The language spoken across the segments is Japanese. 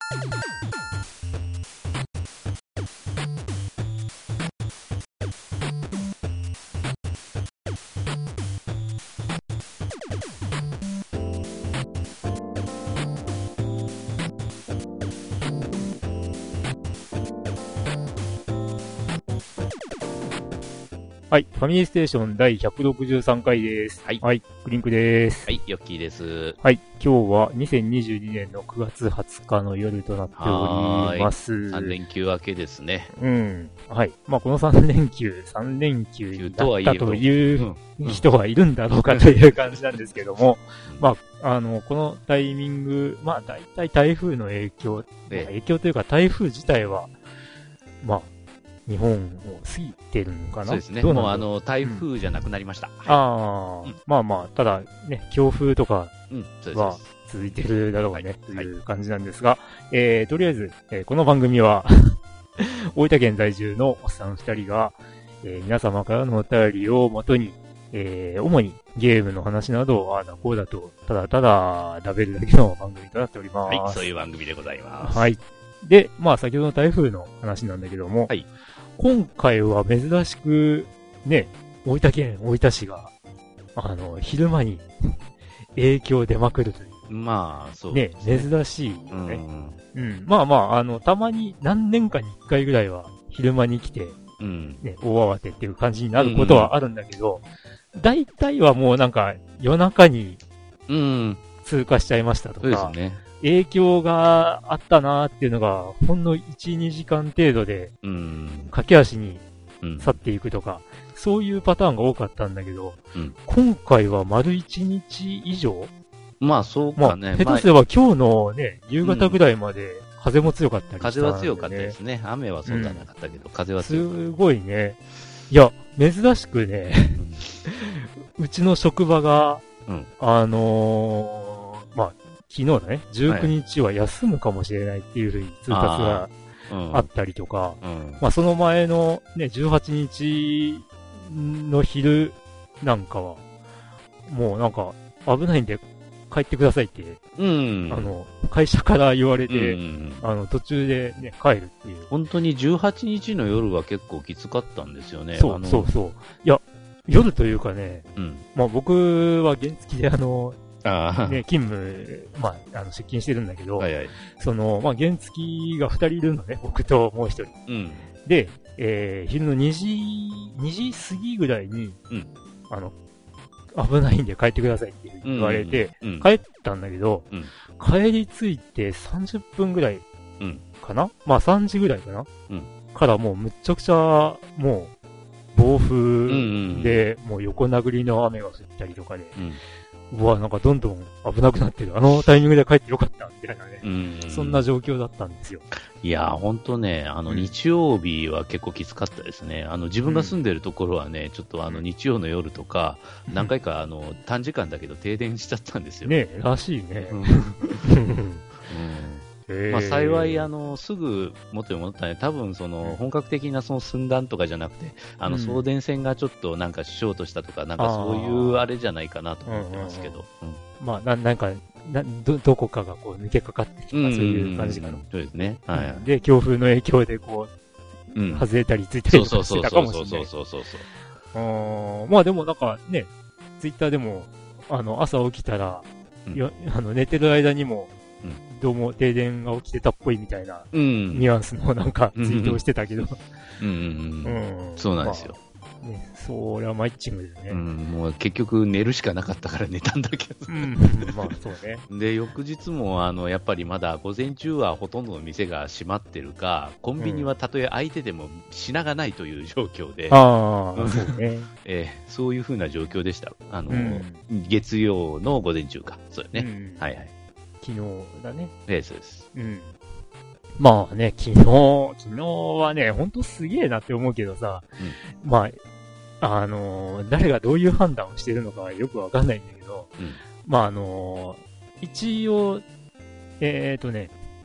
はい。ファミリーステーション第163回です。 はい。 はい。クリンクです。 はい。ヨッキーです。 はい。今日は2022年の9月20日の夜となっております。 3連休明けですね。 うん。はい。まあ、この3連休になったという人はいるんだろうかという感じなんですけども、まあ、このタイミング、まあ、大体台風の影響というか台風自体は、まあ、日本を過ぎてるのかな。 そうですね。もう台風じゃなくなりました。 はい、まあまあ、ただね、強風とかは続いてるだろうね、という感じなんですが、とりあえず、この番組は大分県在住のおっさん2人が、皆様からのお便りをもとに、主にゲームの話などをああだこうだと、ただただ食べるだけの番組となっております。 はい、そういう番組でございます。 はい。で、まあ先ほどの台風の話なんだけども、はい、今回は珍しく、ね、大分県大分市が、昼間に影響出まくるという。 まあ、そうですね。ね、珍しいよね。うん。まあまあ、たまに何年かに1回ぐらいは昼間に来て、ね、大慌てっていう感じになることはあるんだけど、大体はもうなんか夜中に、通過しちゃいましたとか、そうですね。影響があったなーっていうのが、ほんの1、2時間程度で、駆け足に去っていくとか、そういうパターンが多かったんだけど、今回は丸1日以上、 まあそうかね。 下手すれば今日のね、夕方ぐらいまで風も強かったりした、 風は強かったですね。雨はそうじゃなかったけど、風は強かった。 すごいね。いや、珍しくね、うちの職場が、まあ、昨日だね、19日は休むかもしれないっていうふうに通達があったりとか、まあその前のね、18日の昼なんかは、もうなんか危ないんで帰ってくださいって、会社から言われて、途中でね、帰るっていう。 本当に18日の夜は結構きつかったんですよね。 そう。いや、夜というかね、まあ僕は原付でね、勤務、まあ、出勤してるんだけど、まあ、原付が2人いるのね、僕ともう1人。で、昼の2時過ぎぐらいに、危ないんで帰ってくださいって言われて、帰ったんだけど、帰り着いて30分ぐらいかな、まあ3時ぐらいかな、からもうむっちゃくちゃ、もう、暴風で、もう横殴りの雨が降ったりとかで、うわ、なんかどんどん危なくなってる。あのタイミングで帰ってよかった、みたいなね。そんな状況だったんですよ。 いやー、ほんとね、日曜日は結構きつかったですね。自分が住んでるところはね、ちょっと日曜の夜とか、何回か短時間だけど停電しちゃったんですよ。 ねえ、らしいね。 まあ幸い、すぐ元に戻ったね。多分、本格的な寸断とかじゃなくて、送電線がちょっとなんかショートしたとか、なんかそういうあれじゃないかなと思ってますけど。 まあ、なんか、どこかがこう抜けかかってきた、そういう感じかな。 そうですね。はい。 で、強風の影響でこう、外れたりついたりとかしてたかもしれない。そう。まあでもなんかね、ツイッターでも、朝起きたら、寝てる間にも、どうも停電が起きてたっぽいみたいな、ニュアンスのなんかツイートをしてたけど。 そうなんですよ。 ね、そりゃマイッチングだよね。 もう結局寝るしかなかったから寝たんだけど。 まあそうね。 で、翌日もやっぱりまだ午前中はほとんどの店が閉まってるか、コンビニはたとえ空いてても品がないという状況で。 そうね。 そういう風な状況でした。月曜の午前中か。そうよね。はいはい。 昨日だね。 そうです。 まあね、昨日はね、ほんとすげえなって思うけどさ、まあ、誰がどういう判断をしてるのかはよくわかんないんだけど、まあ一応、9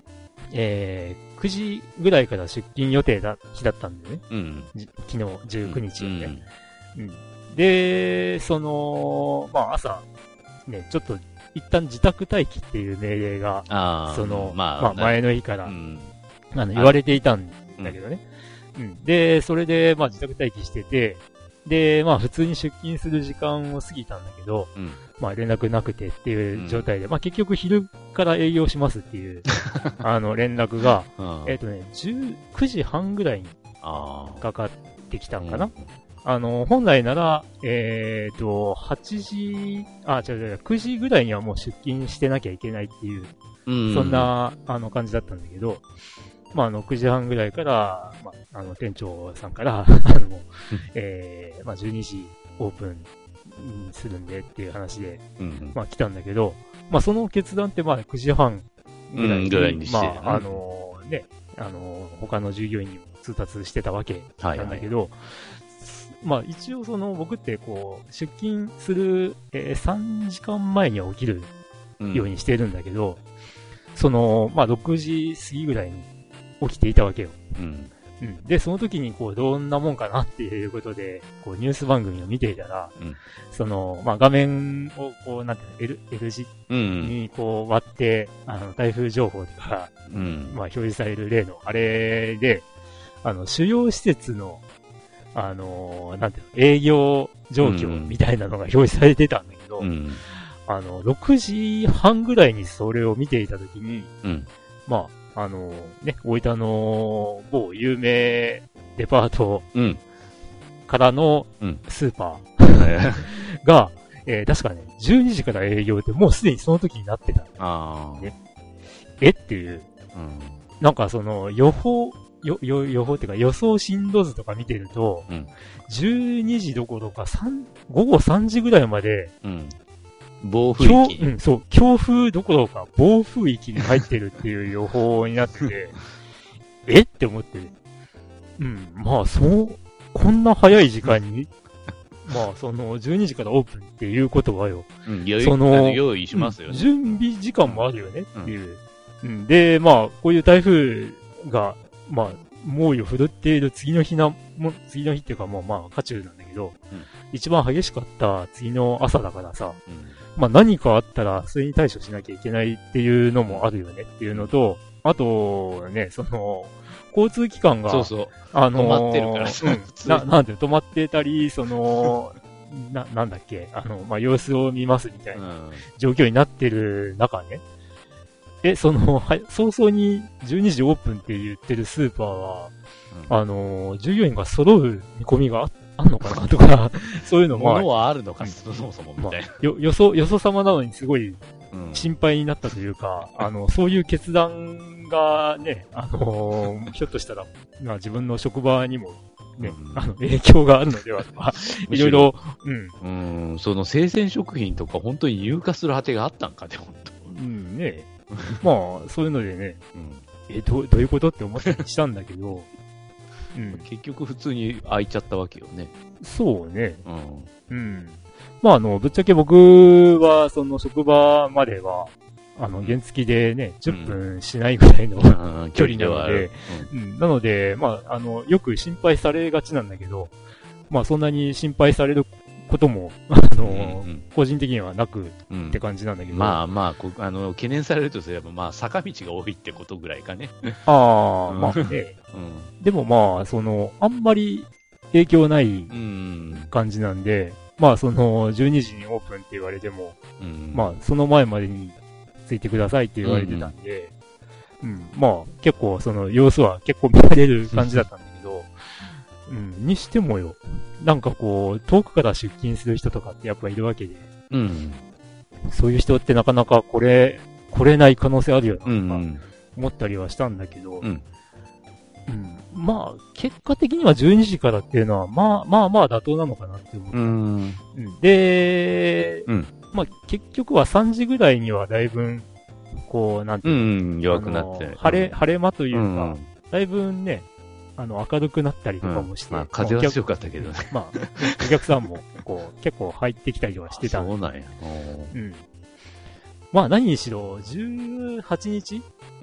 時ぐらいから出勤予定日だったんだよね。昨日19日はね。で、まあ朝、ね、ちょっと一旦自宅待機っていう命令が、前の日から、言われていたんだけどね。で、それで、自宅待機してて、で、普通に出勤する時間を過ぎたんだけど、連絡なくてっていう状態で、結局昼から営業しますっていう、連絡が、9時半ぐらいにかかってきたんかな。本来なら、8時、9時ぐらいにはもう出勤してなきゃいけないっていう、そんな、感じだったんだけど、9時半ぐらいから、店長さんから、12時オープンするんでっていう話で、来たんだけど、その決断って9時半ぐらいにして、他の従業員にも通達してたわけなんだけど、一応僕って出勤する、3時間前には起きるようにしてるんだけど、6時過ぎぐらいに起きていたわけよ。で、その時にどんなもんかなっていうことで、ニュース番組を見ていたら、画面をなんていうの、L 字に割って、台風情報とか、表示される例のあれで、主要施設の、なんていうの、営業状況みたいなのが表示されてたんだけど、6時半ぐらいにそれを見ていたときに、大分の某有名デパートからのスーパーが、確かね、12時から営業ってもうすでにその時になってた。っていう。なんか予報っていうか予想進路図とか見てると、12時どころか午後3時ぐらいまで、 暴風域。 強風どころか暴風域に入ってるっていう予報になってて、って思って、こんな早い時間に、12時からオープンっていうことはよ、 用意しますよね。 準備時間もあるよねっていう。で、こういう台風が、猛威を振るっている次の日っていうか渦中なんだけど、一番激しかった次の朝だからさ、何かあったらそれに対処しなきゃいけないっていうのもあるよねっていうのと、あとね、交通機関が、 止まってるからなんて止まってたり、なんだっけ、様子を見ますみたいな状況になってる中ね、早々に12時オープンって言ってるスーパーは、従業員が揃う見込みがあんのかなとか、そういうのも。 物はあるのか、そもそもみたいな。 よそ様なのにすごい心配になったというか、そういう決断がね、ひょっとしたら、自分の職場にもね、影響があるのではとか、いろいろ、 その生鮮食品とか本当に入荷する果てがあったんかね、本当。 ねそういうのでね、どういうことって思ったりしたんだけど、 結局普通に開いちゃったわけよね。 そうね。ぶっちゃけ僕は、職場までは、原付でね、10分しないぐらいの距離なので、なので、よく心配されがちなんだけど、そんなに心配されることも、個人的にはなくって感じなんだけど。 懸念されるとすれば、坂道が多いってことぐらいかね。 ね。でもあんまり影響ない感じなんで、12時にオープンって言われても、その前までについてくださいって言われてたんで、結構様子は結構見られる感じだったんだけど、にしてもよ、なんか遠くから出勤する人とかってやっぱいるわけで、そういう人ってなかなか来れない可能性あるよなとか思ったりはしたんだけど、結果的には12時からっていうのは、妥当なのかなって思った。で、結局は3時ぐらいにはだいぶ、なんていう弱くなって。 晴れ間というか、だいぶね、明るくなったりとかもして。 風は強かったけどね。 お客さんも、結構入ってきたりとかしてた。 そうなんや。 何にしろ、18日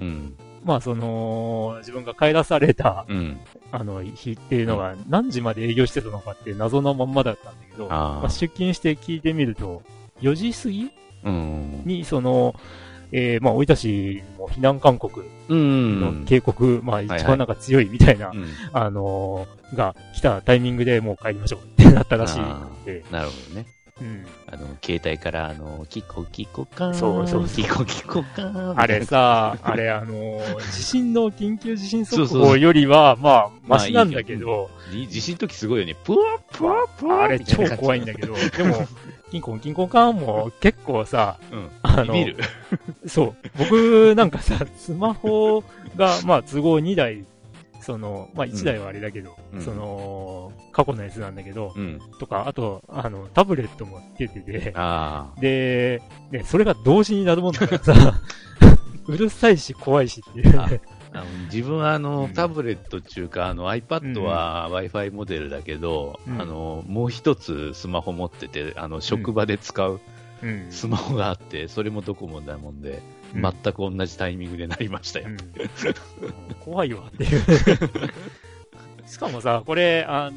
自分が帰らされた、日っていうのが何時まで営業してたのかって謎のまんまだったんだけど、出勤して聞いてみると、4時過ぎに、まあ、大分市も避難勧告の警告、まあ、一番なんか強いみたいな、が来たタイミングでもう帰りましょうってなったらしいんで。 なるほどね。携帯から、キコキコカーン。 そう。 キコキコカーン。 あれさ、地震の緊急地震速報よりは、まあ、マシなんだけど。 地震の時すごいよね。プワップワップワッ。 あれ超怖いんだけど、でも、キンコカーンも結構さ、 見る。 そう。僕なんかさ、スマホが、まあ、都合2台、まあ、1台はあれだけど、過去のやつなんだけど、とか、あと、タブレットもつけてて、で、それが同時になるもんだからさ、うるさいし怖いしっていう。 自分はタブレットっていうか、iPad は Wi-Fi モデルだけど、もう一つスマホ持ってて、職場で使うスマホがあって、それもドコモだもんで、全く同じタイミングでなりましたよ。 怖いわっていう。しかもさ、これ、なんて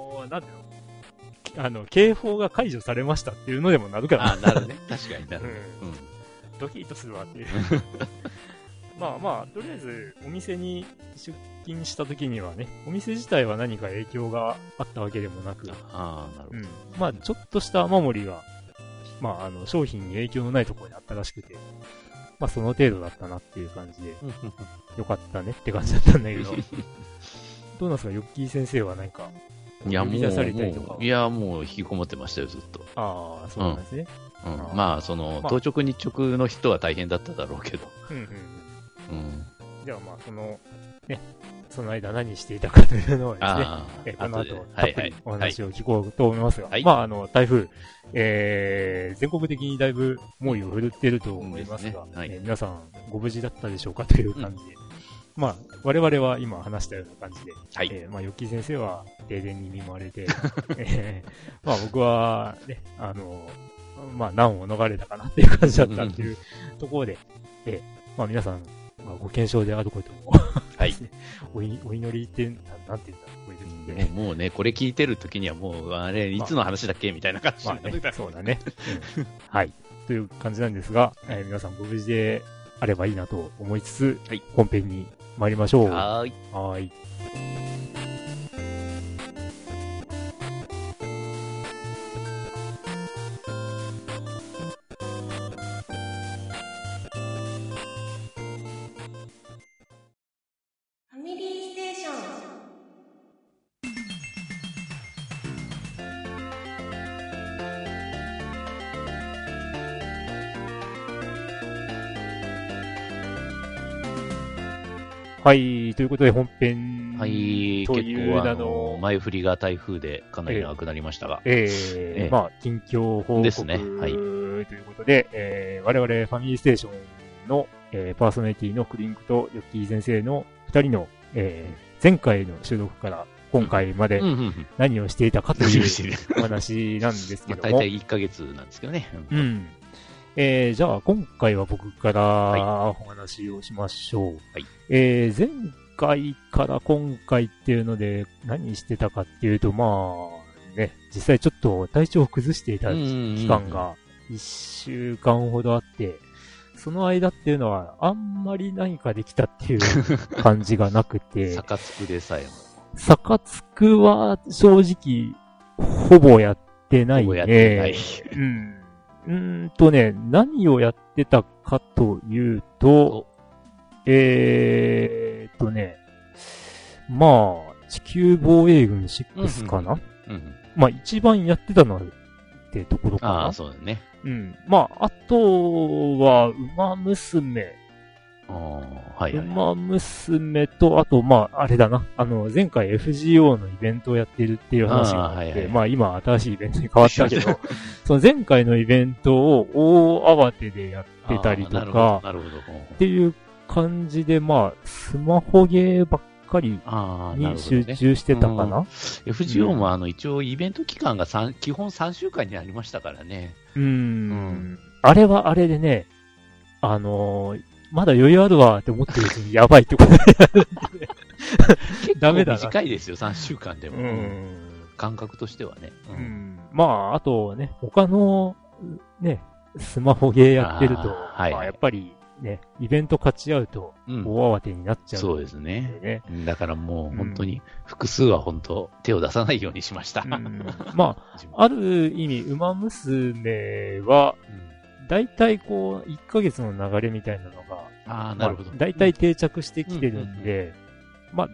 いうの、警報が解除されましたっていうのでもなるからなるね。確かになる。 ドキッとするわっていう。まあ、とりあえず、お店に出勤した時にはね、お店自体は何か影響があったわけでもなく、 なるほど。 まあ、ちょっとした雨漏りが、まあ、商品に影響のないところにあったらしくて、まあ、その程度だったなっていう感じで、よかったねって感じだったんだけど、どうなんですか、ヨッキー先生は何か、呼び出されたりとか。 いや、もう引きこもってましたよ、ずっと。 ああ、そうなんですね。 まあ、当直日直の人は大変だっただろうけど。 じゃあまあ、ね、その間何していたかというのはですね、この後、たっぷりお話を聞こうと思いますが、まあ、台風、全国的にだいぶ猛威を振るっていると思いますが、皆さんご無事だったでしょうかという感じで、まあ、我々は今話したような感じで、まあ、ヨッキー先生は停電に見舞われて、まあ僕はね、まあ、難を逃れたかなっていう感じだったっていうところで、まあ皆さん、まあ、ご健勝であることをお祈りって、なんて言うんだろう、もうね、これ聞いてる時にはもう、あれ、いつの話だっけみたいな感じになってた。 そうだね。はい。という感じなんですが、皆さんご無事であればいいなと思いつつ、本編に参りましょう。 はい。 はい、ということで本編という前振りが台風でかなり長くなりましたが。 まあ、近況報告ですね。ということで、我々ファミリーステーションの、パーソナリティのクリンクとヨッキー先生の二人の、前回の収録から今回まで何をしていたかというお話なんですけども。 大体1ヶ月なんですけどね。 じゃあ今回は僕からお話をしましょう。前回から今回っていうので何してたかっていうと、まあね、実際ちょっと体調を崩していた期間が1週間ほどあって、その間っていうのはあんまり何かできたっていう感じがなくて。 サカツクでさえも。 サカツクは正直ほぼやってないね。ほぼやってない。何をやってたかというと、まあ、地球防衛軍6かな、まあ、一番やってたのはってところかな。 そうだね。 まあ、あとは、馬娘。馬娘と、あと、まあ、あれだな。前回 FGO のイベントをやってるっていう話があって、まあ今新しいイベントに変わったけど、その前回のイベントを大慌てでやってたりとか、っていう感じで、まあ、スマホゲーばっかりに集中してたかな。 FGO も一応イベント期間が基本3週間になりましたからね。 あれはあれでね、まだ余裕あるわって思ってるうちにやばいってことになるんで。ダメだな。 短いですよ、3週間でも。感覚としてはね。 まあ、あとね、他の、ね、 スマホゲーやってると、 はい、 まあやっぱりね、イベント勝ち合うと、大慌てになっちゃう、 そうですね。だからもう本当に、複数は本当、手を出さないようにしました。 まあ、ある意味、ウマ娘は、だいたいこう、1ヶ月の流れみたいなのが、 なるほど。 だいたい定着してきてるんで、ま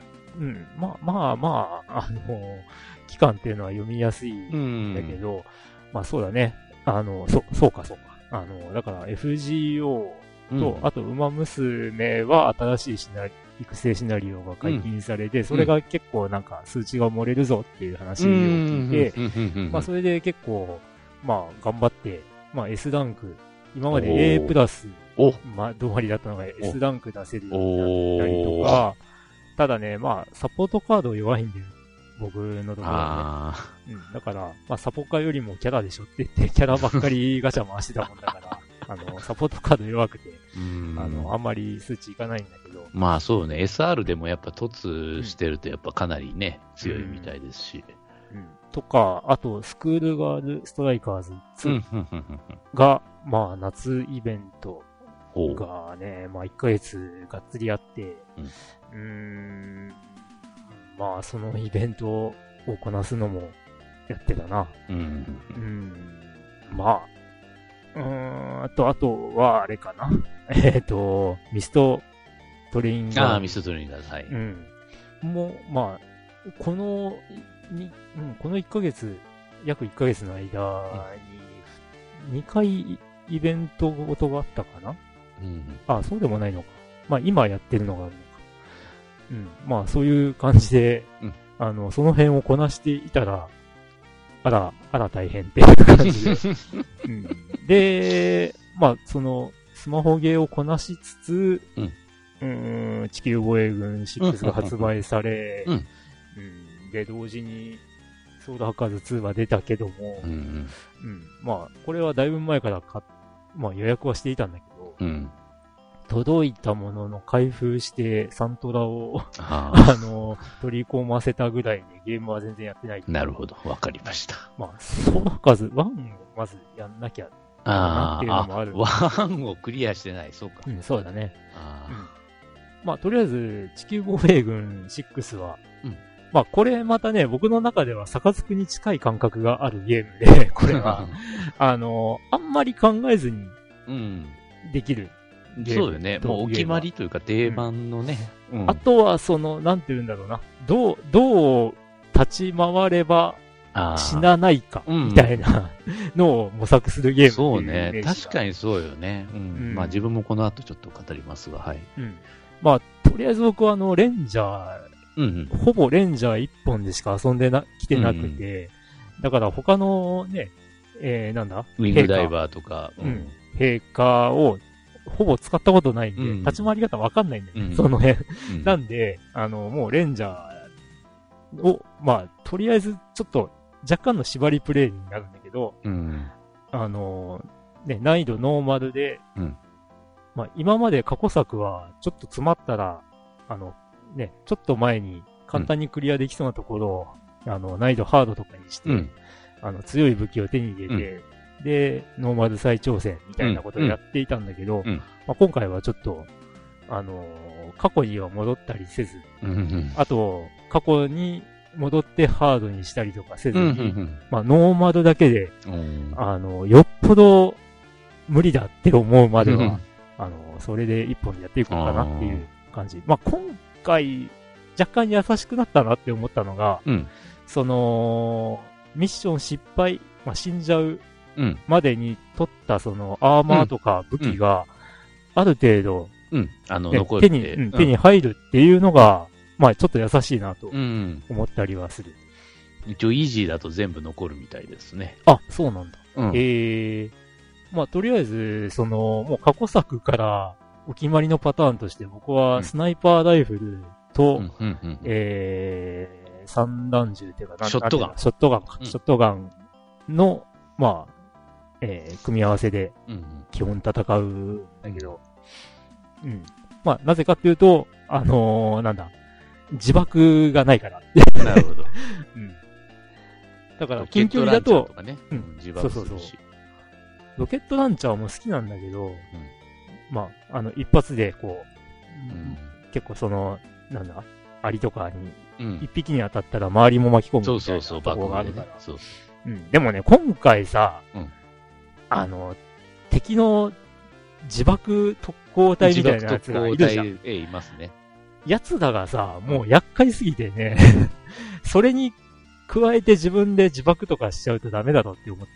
あ、期間っていうのは読みやすいんだけど、まあそうだね。そうか。だから FGO と、あと、ウマ娘は新しい育成シナリオが解禁されて、それが結構なんか数値が漏れるぞっていう話を聞いて、まあそれで結構、まあ頑張って、まあ S ランク、今まで A プラス、止まりだったのが S ランク出せるようになったりとか、ただね、まあサポートカード弱いんで、僕のところはね。だから、まあサポカよりもキャラでしょって言って、キャラばっかりガチャ回してたもんだから、サポートカード弱くて、あんまり数値いかないんだけど。 まあそうね、SR でもやっぱ突してるとやっぱかなりね、強いみたいですし。 とか、あと、スクールガールストライカーズ2が、まあ夏イベントがね、まあ1ヶ月がっつりあって、まあそのイベントをこなすのもやってたな。まあ、あとは、あれかな。ミストトレインガー。ミストトレインガー、はい。 もう、まあ、この1ヶ月、約1ヶ月の間に、2回イベントごとがあったかな。そうでもないのか。まあ、今やってるのがあるのか。まあ、そういう感じで、その辺をこなしていたら、あら大変っていう感じで。で、まあ、スマホゲーをこなしつつ、地球防衛軍6が発売され、で、同時に、ソードハッカーズ2は出たけども、まあ、これはだいぶ前からまあ予約はしていたんだけど、届いたものの開封してサントラを取り込ませたぐらいでゲームは全然やってない。 なるほど、わかりました。 まあ、ソードハッカーズ1をまずやんなきゃなっていうのもある。 1をクリアしてない、そうか。 そうだね。まあ、とりあえず、地球防衛軍6は、まあ、これまたね、僕の中ではサカツクに近い感覚があるゲームで、これは、あんまり考えずに、できる。 そうよね。もうお決まりというか定番のね。 あとは、なんて言うんだろうな。どう立ち回れば死なないか、みたいなのを模索するゲーム。 そうね。確かにそうよね。まあ自分もこの後ちょっと語りますが、はい。 まあ、とりあえず僕はレンジャー、ほぼレンジャー1本でしか遊んできてなくて、だから他のね、なんだウィングダイバーとか、 陛下をほぼ使ったことないんで、立ち回り方わかんないんだよね、その辺。なんで、もうレンジャーを、まあ、とりあえずちょっと若干の縛りプレイになるんだけど、ね、難易度ノーマルで、まあ、今まで過去作はちょっと詰まったら、ね、ちょっと前に簡単にクリアできそうなところを、難易度ハードとかにして、強い武器を手に入れて、で、ノーマル再挑戦みたいなことをやっていたんだけど、まあ、今回はちょっと、過去には戻ったりせず、あと、過去に戻ってハードにしたりとかせずに、まあ、ノーマルだけで、よっぽど無理だって思うまでは、それで一本でやっていこうかなっていう感じ。まあ、今回、若干優しくなったなって思ったのが、ミッション失敗、まあ、死んじゃうまでに取ったアーマーとか武器が、ある程度、 残る手に入るっていうのが、まあちょっと優しいなと思ったりはする。 一応イージーだと全部残るみたいですね。 あ、そうなんだ。まあとりあえず、もう過去作からお決まりのパターンとして僕はスナイパーライフルと、散弾銃っていうか、 ショットガン。 ショットガンの、まあ、組み合わせで基本戦うんだけど、まあなぜかっていうと、なんだ、自爆がないから。 なるほど。 だから、近距離だと、 自爆するし。 ロケットランチャーも好きなんだけど、まあ、一発でこう、結構その、なんだ、アリとかに、一匹に当たったら周りも巻き込むみたいなところがあるから。でもね、今回さ、敵の自爆特攻隊みたいなやつがいるじゃん。 いますね。 やつらがさ、もう厄介すぎてね、それに加えて自分で自爆とかしちゃうとダメだろって思って、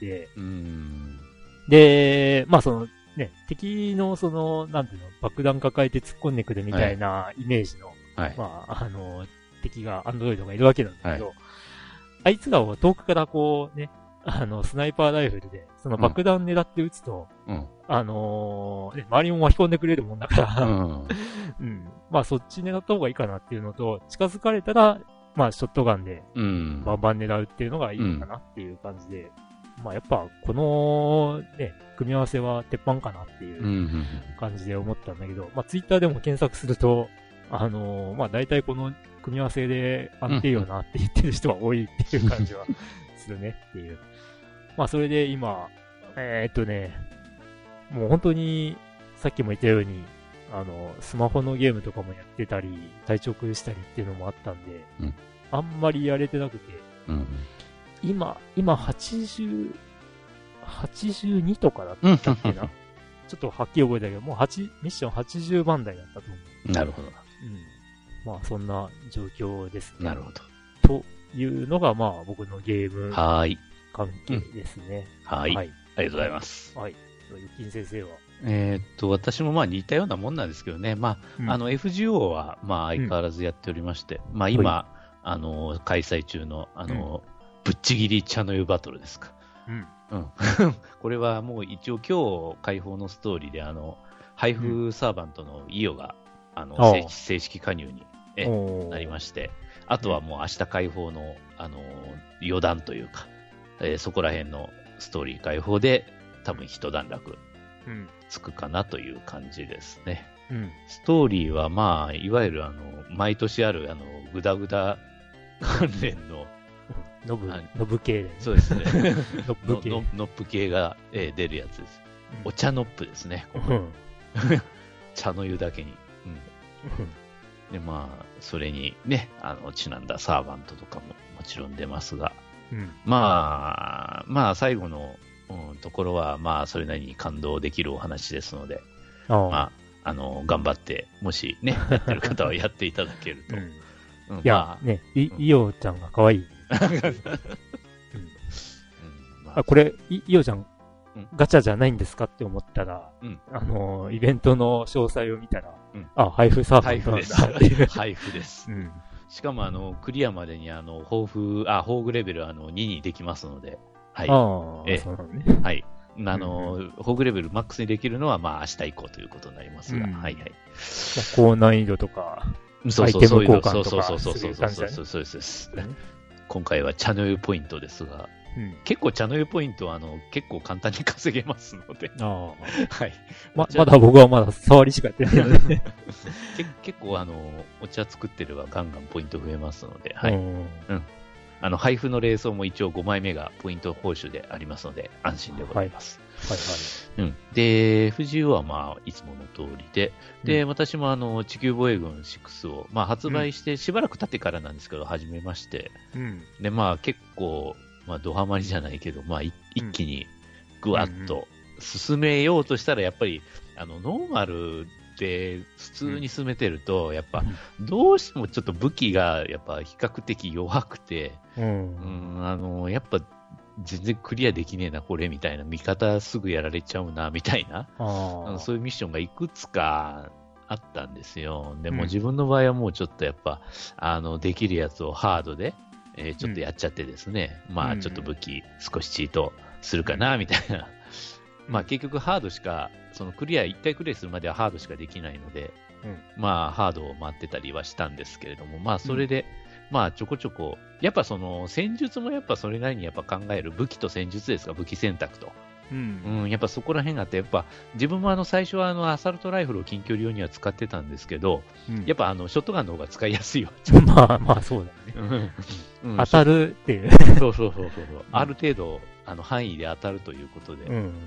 で、まあそのね、敵のその、なんていうの、爆弾抱えて突っ込んでくるみたいなイメージの、まあ敵が、アンドロイドがいるわけなんだけど、あいつらを遠くからこうね、スナイパーライフルで、その爆弾狙って撃つと、ね、周りも巻き込んでくれるもんだからまあそっち狙った方がいいかなっていうのと、近づかれたら、まあショットガンで、バンバン狙うっていうのがいいのかなっていう感じで、まあやっぱこのね、組み合わせは鉄板かなっていう感じで思ったんだけど、まあツイッターでも検索すると、まあ大体この組み合わせで安定よなって言ってる人は多いっていう感じはするねっていう。まあそれで今、もう本当にさっきも言ったように、スマホのゲームとかもやってたり、体調崩したりっていうのもあったんで、あんまりやれてなくて、今82とかだったっけな。ちょっとはっきり覚えたけど、もうミッション80番台だったと思う。 なるほど。 まあそんな状況ですね。 なるほど。 というのがまあ僕のゲーム関係ですね。 はい。ありがとうございます。 はい。ゆきん先生は私もまあ似たようなもんなんですけどね。まあ、FGO はまあ相変わらずやっておりまして、まあ今、開催中の、ぶっちぎり茶の湯バトルですか。これはもう一応今日開放のストーリーで配布サーバントのイオが、正式加入になりまして、あとはもう明日開放の、余談というか、そこら辺のストーリー開放で多分一段落つくかなという感じですね。ストーリーはまあ、いわゆる毎年あるグダグダ関連のノブ系で、ね。 そうですね。ノップ系が、出るやつです。お茶ノップですね。茶の湯だけに。で、まあ、それにね、ちなんだサーバントとかももちろん出ますが、まあ、最後の、ところは、まあ、それなりに感動できるお話ですので、まあ、頑張って、もしね、やってる方はやっていただけると。 いや、ね、イオちゃんが可愛い。これ、イオちゃん、ガチャじゃないんですかって思ったら、イベントの詳細を見たら、配布サーバーなんだ。 配布です。しかも、クリアまでに、宝具レベル2にできますので、はい。 そうなのね。 はい。宝具レベルマックスにできるのは、まあ、明日以降ということになりますが、はいはい。 高難易度とか、アイテム交換とか、 そうです。今回は茶の湯ポイントですが、結構茶の湯ポイントは結構簡単に稼げますので。はい。 まだ僕はまだ触りしかやってないので。 結構お茶作ってればガンガンポイント増えますので、はい。配布の冷蔵も一応5枚目がポイント報酬でありますので、安心でございます。で、FGO はまあ、いつもの通りで、で、私も地球防衛軍6を、まあ、発売してしばらく経ってからなんですけど、始めまして、で、まあ、結構、まあ、ドハマりじゃないけど、まあ、一気にぐわっと進めようとしたら、やっぱり、ノーマルで普通に進めてると、やっぱ、どうしてもちょっと武器が、やっぱ比較的弱くて、やっぱ、全然クリアできねえな、これ、みたいな、味方すぐやられちゃうな、みたいな、そういうミッションがいくつかあったんですよ。でも自分の場合はもうちょっとやっぱ、できるやつをハードで、ちょっとやっちゃってですね、まあちょっと武器少しチートするかな、みたいな。まあ結局ハードしか、その一回クリアするまではハードしかできないので、まあハードを回ってたりはしたんですけれども、まあそれで、まあちょこちょこ、やっぱその戦術もやっぱそれなりにやっぱ考える武器と戦術ですか、武器選択と。やっぱそこら辺があって、やっぱ自分も最初はアサルトライフルを近距離用には使ってたんですけど、やっぱショットガンの方が使いやすいわ。 まあそうだね。当たるっていう。 そう。ある程度、範囲で当たるということで。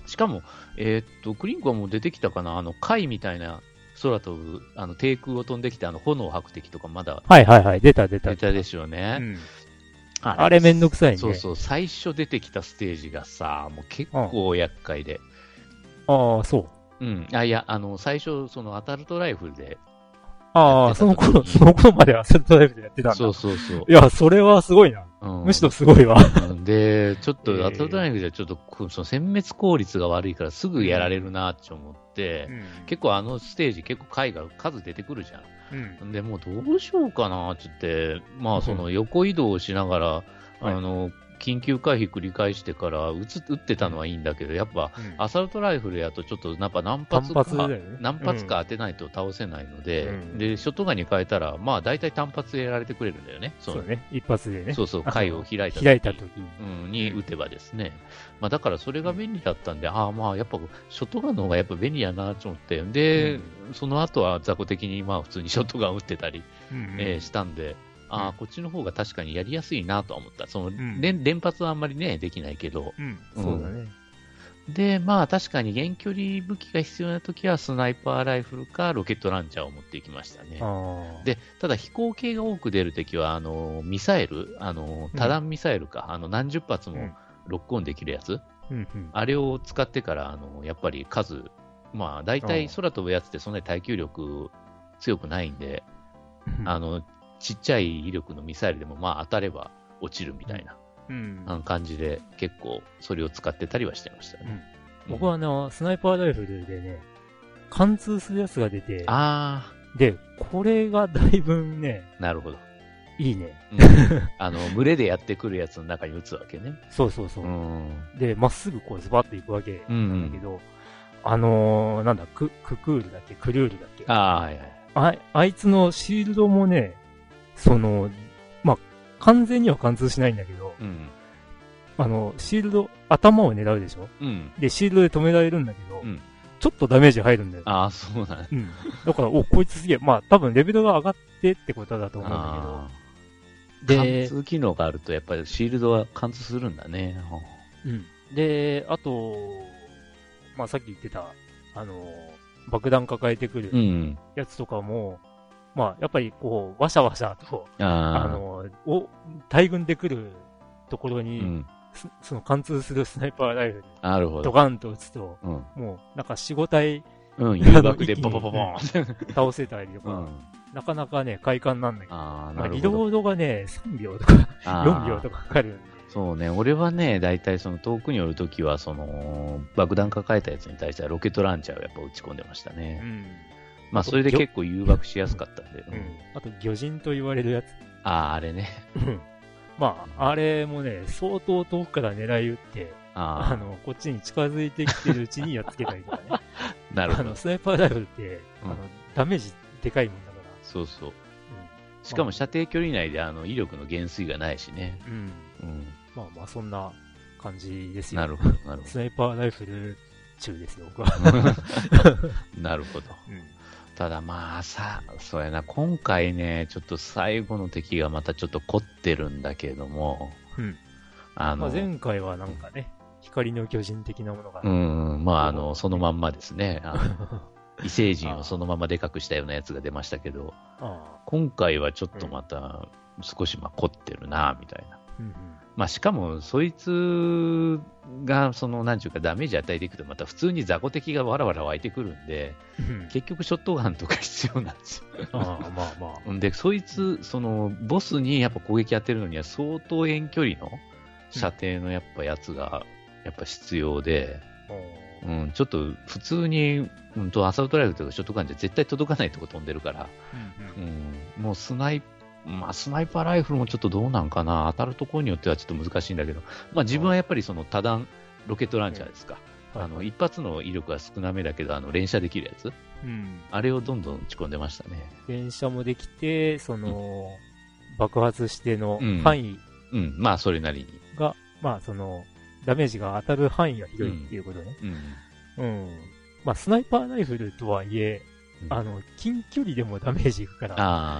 しかも、クリンクはもう出てきたかな、貝みたいな空飛ぶ、低空を飛んできて、炎を吐く敵とかまだ。 はいはいはい、出たでしょうね。うん、 あれめんどくさいね。 そうそう、最初出てきたステージがさ、もう結構厄介で。 ああ、そう。 うん。いや、最初、アダルトライフルで。 ああ、その頃までアダルトライフルでやってたんだ。 そうそうそう。 いや、それはすごいな。むしろすごいわ。 で、ちょっと、アダルトライフルじゃちょっと、その殲滅効率が悪いからすぐやられるなって思って、結構ステージ結構回が数出てくるじゃん。で、もうどうしようかなって言って、まあ、横移動をしながら、緊急回避繰り返してから撃ってたのはいいんだけど、やっぱ、アサルトライフルやとちょっと何発か当てないと倒せないので、で、ショットガンに変えたら、まあ大体単発でやられてくれるんだよね。 そうね。一発でね。 そうそう、回を開いた時に撃てばですね。まあだからそれが便利だったんで、まあやっぱショットガンの方がやっぱ便利やなと思って、で、その後は雑魚的にまあ普通にショットガン撃ってたり、したんで、こっちの方が確かにやりやすいなとは思った。連発はあんまりね、できないけど。 そうだね。 で、まあ確かに遠距離武器が必要な時はスナイパーライフルかロケットランチャーを持っていきましたね。で、ただ飛行系が多く出る時は、ミサイル、多弾ミサイルか、何十発もロックオンできるやつ、あれを使ってから、やっぱり数、まあ大体空飛ぶやつってそんなに耐久力強くないんで、ちっちゃい威力のミサイルでもまあ当たれば落ちるみたいな、感じで結構それを使ってたりはしてましたね。 僕はスナイパーライフルでね、貫通するやつが出て、で、これがだいぶね、 なるほど。 いいね。 群れでやってくるやつの中に撃つわけね。 そうそうそう。で、まっすぐこうズバッと行くわけなんだけど、なんだ、クルールだっけクルールだっけはいはい。 あいつのシールドもね、まあ、完全には貫通しないんだけど、シールド、頭を狙うでしょで、シールドで止められるんだけど、ちょっとダメージ入るんだよ。 そうなんだから、こいつすげえ、まあ、多分レベルが上がってってことだと思うんだけど、貫通機能があると、やっぱりシールドは貫通するんだね。 で、あと、まあ、さっき言ってた、爆弾抱えてくるやつとかも、まあ、やっぱりこう、わしゃわしゃと、大群で来るところに、その貫通するスナイパーライフル、ドカンと撃つと、もう、なんか4、5体、 誘爆でボボボボン倒せたりとか、なかなかね、快感なんだけど、まあ、リロードがね、3秒とか、4秒とかかかるんで。 そうね、俺はね、大体遠くに寄るときは、爆弾抱えたやつに対してはロケットランチャーをやっぱ撃ち込んでましたね。まあ、それで結構誘爆しやすかったんで。 あと、魚人と言われるやつ。 あれね。 まあ、あれもね、相当遠くから狙い撃って、こっちに近づいてきてるうちにやっつけたりとかね。 なるほど。 スナイパーライフルって、ダメージでかいもんだから。 そうそう。しかも射程距離内で威力の減衰がないしね。 まあまあ、そんな感じですよ。 なるほど、なるほど。 スナイパーライフル中ですよ、僕は。 なるほど。ただまあそうやな、今回ね、ちょっと最後の敵がまたちょっと凝ってるんだけども、 まあ、前回はなんかね、光の巨人的なものが。 まあそのまんまですね。異星人をそのままでかくしたようなやつが出ましたけど、今回はちょっとまた少し凝ってるな、みたいな。まあしかも、そいつが、なんちゅうかダメージ与えていくと、また普通に雑魚敵がわらわら湧いてくるんで、結局ショットガンとか必要なんですよ。で、そいつ、ボスにやっぱ攻撃当てるのには相当遠距離の射程のやつが、やっぱ必要で、ちょっと普通に、アサルトライフルとかショットガンじゃ絶対届かないとこ飛んでるから、もうスナイパーライフルもちょっとどうなんかな、当たるところによってはちょっと難しいんだけど、まあ自分はやっぱり多弾ロケットランチャーですか。一発の威力は少なめだけど、連射できるやつ、あれをどんどん打ち込んでましたね。 連射もできて、爆発しての範囲、 まあそれなりに。 が、まあダメージが当たる範囲が広いっていうことね。まあスナイパーライフルとはいえ、近距離でもダメージいくから。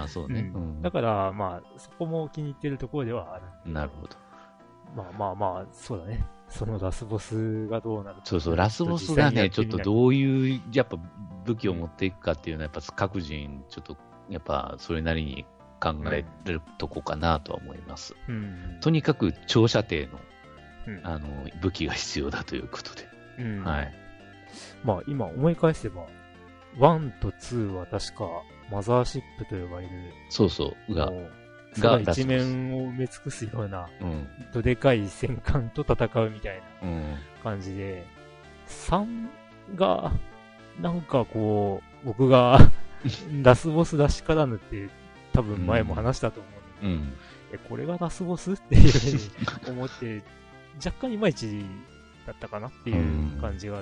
そうね。 だから、まあ、そこも気に入ってるところではある。 なるほど。 まあ、そうだね。 そのラスボスがどうなるか。 そうそう、ラスボスがね、ちょっとどういう、やっぱ武器を持っていくかっていうのは、やっぱ各人、ちょっと、やっぱそれなりに考えるとこかなとは思います。とにかく長射程の、武器が必要だということで。はい。 まあ今思い返せば、1と2は確かマザーシップと呼ばれる。 そうそう、が一面を埋め尽くすような、どでかい戦艦と戦うみたいな感じで、3が、なんかこう、僕がラスボスらしからぬって多分前も話したと思うんだけど、これがラスボスっていうふうに思って、若干いまいちだったかなっていう感じがあって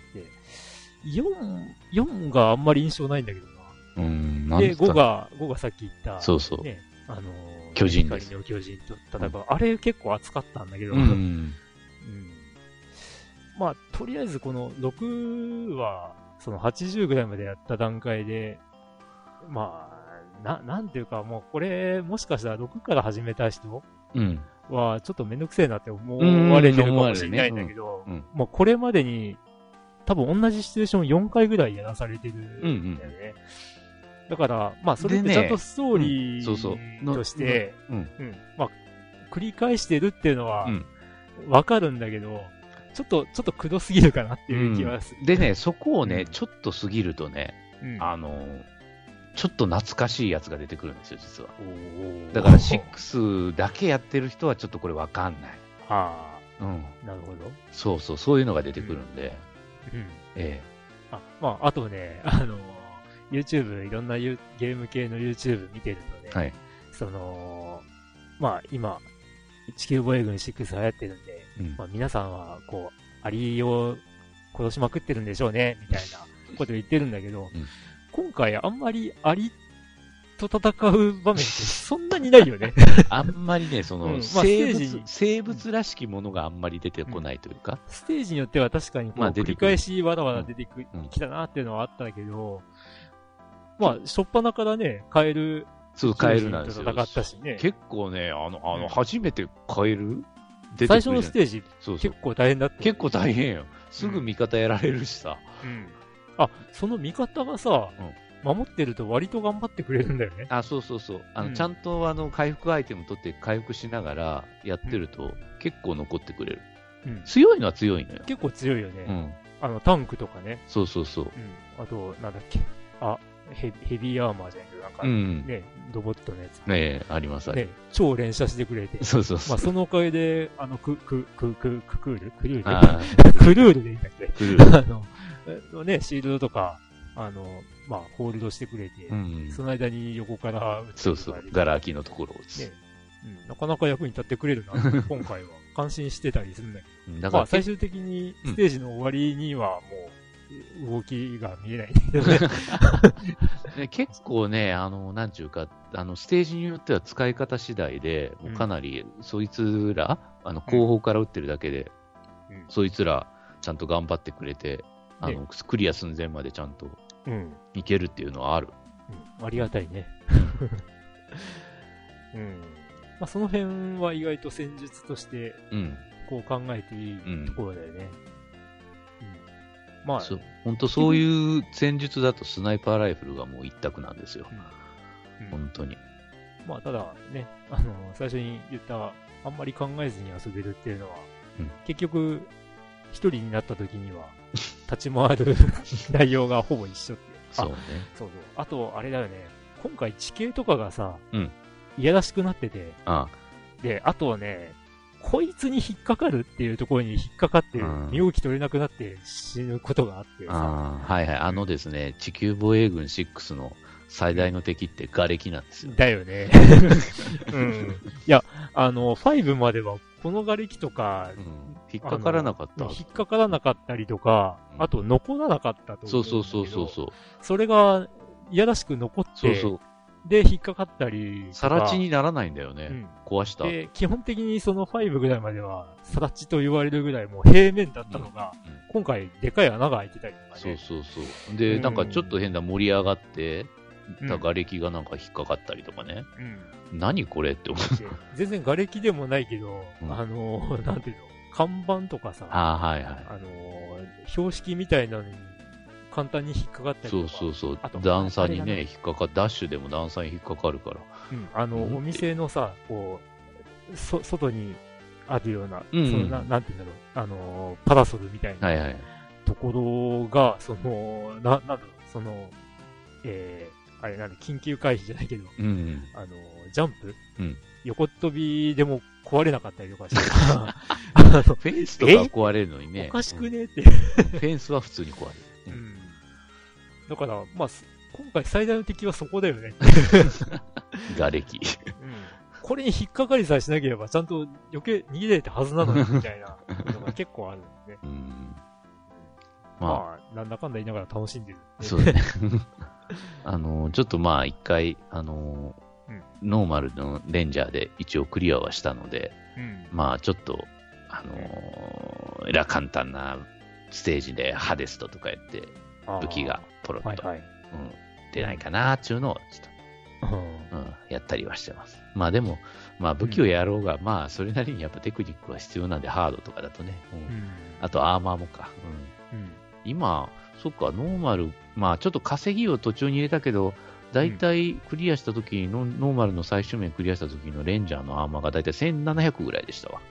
、4があんまり印象ないんだけどな。で、5がさっき言った、 そうそう。 ね、 巨人です。 光の巨人と戦う。あれ結構熱かったんだけど、まあ、とりあえずこの6は、その80ぐらいまでやった段階で、まあ、なんていうか、もうこれ、もしかしたら6から始めた人は、ちょっとめんどくせえなって思われてるかもしれないんだけど、もうこれまでに、多分同じシチュエーション4回ぐらいやらされてるんだよね。だから、まあ、それってちゃんとストーリーとして、まあ、繰り返してるっていうのは、わかるんだけど、ちょっとくどすぎるかなっていう気はする。 でね、そこをね、ちょっと過ぎるとね、ちょっと懐かしいやつが出てくるんですよ、実は。だから、6だけやってる人はちょっとこれわかんない。 なるほど。 そうそう、そういうのが出てくるんで。 まあ、あとね、YouTube、いろんなゲーム系の YouTube 見てるとね、まあ、今、地球防衛軍6流行ってるんで、まあ、皆さんは、こう、アリを殺しまくってるんでしょうね、みたいなことを言ってるんだけど、今回あんまりアリと戦う場面ってそんなにないよね。 あんまりね、その、生物らしきものがあんまり出てこないというか。 ステージによっては確かにこう、繰り返しわらわら出てきたなっていうのはあったけど、まあ、初っ端からね、カエル、 カエルなんですよ。 戦ったしね。 結構ね、初めてカエル出てくる。最初のステージ、結構大変だった。 結構大変よ。すぐ味方やられるしさ。 その味方がさ、守ってると割と頑張ってくれるんだよね。 そうそうそう。ちゃんと回復アイテム取って回復しながらやってると結構残ってくれる。強いのは強いのよ。 結構強いよね。タンクとかね。 そうそうそう。 あと、なんだっけ。ヘビーアーマーじゃないけど、なんかね、ロボットのやつ。 ありますね。超連射してくれて。 そうそうそう。 まあ、そのおかげで、クルールでいいんだっけ？クルール。ね、シールドとか、まあ、ホールドしてくれて、その間に横から撃つ。 そうそう。ガラ空きのところを撃つ。 なかなか役に立ってくれるな、今回は。感心してたりするんだけど。まあ、最終的にステージの終わりにはもう、動きが見えないんだけどね。結構ね、なんちゅうか、ステージによっては使い方次第で、もうかなり、そいつら、後方から撃ってるだけで、そいつら、ちゃんと頑張ってくれて、クリア寸前までちゃんと、いけるっていうのはある。 ありがたいね。まあ、その辺は意外と戦術として、こう考えていいところだよね。まあ、 本当そういう戦術だとスナイパーライフルがもう一択なんですよ。本当に。 まあ、ただね、最初に言った、あんまり考えずに遊べるっていうのは、結局、一人になった時には、立ち回る内容がほぼ一緒って。 そうね。 そうそう。あと、あれだよね、今回地形とかがさ、いやらしくなってて、で、あとはね、こいつに引っかかるっていうところに引っかかって、身動き取れなくなって死ぬことがあってさ。 はいはい。ですね、地球防衛軍6の最大の敵って瓦礫なんですよ。 だよね。いや、5まではこの瓦礫とか、 引っかからなかった。 引っかからなかったりとか、あと残らなかったと思う。 そう。 それが、いやらしく残って、で、引っかかったり。 さら地にならないんだよね。壊した。 で、基本的にその5ぐらいまでは、さら地と言われるぐらいもう平面だったのが、今回でかい穴が開いてたりとかね。 そう。で、なんかちょっと変な盛り上がって、瓦礫がなんか引っかかったりとかね。何これって思って。 全然瓦礫でもないけど、なんていうの、 看板とかさ、 はいはい。 標識みたいなのに簡単に引っかかったりとか。 そう。段差にね、引っかかダッシュでも段差に引っかかるから。 お店のさ、こう、外にあるような、そのなんていうんだろう、パラソルみたいなところが、なんだろう、あれなんで、緊急回避じゃないけど、ジャンプ、横飛びでも壊れなかったりとかして、フェンスとか壊れるのにね。 おかしくねって。 フェンスは普通に壊れる。 だから、まあ、今回最大の敵はそこだよね。 瓦礫。 これに引っかかりさえしなければ、ちゃんと余計逃げれたはずなのに、みたいなのが結構あるんでね。まあ、なんだかんだ言いながら楽しんでる。 そうね。ちょっとまあ、一回、ノーマルのレンジャーで一応クリアはしたので、まあ、ちょっと、簡単なステージでハデストとかやって、武器がポロッと、出ないかなーっていうのを、ちょっと、やったりはしてます。まあでも、まあ武器をやろうが、まあそれなりにやっぱテクニックは必要なんで、ハードとかだとね。あとアーマーもか。今、そっか、ノーマル、まあちょっと稼ぎを途中に入れたけど、だいたいクリアした時に、ノーマルの最終面クリアした時のレンジャーのアーマーがだいたい1700ぐらいでしたわ。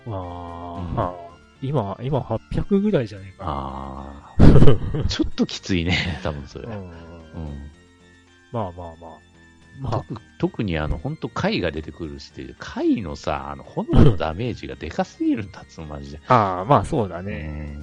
今800ぐらいじゃねえかな。ちょっときついね、多分それ。 まあ。 特に本当貝が出てくるステージ、貝のさ、炎のダメージがでかすぎるんだっつうマジで。 まあそうだね。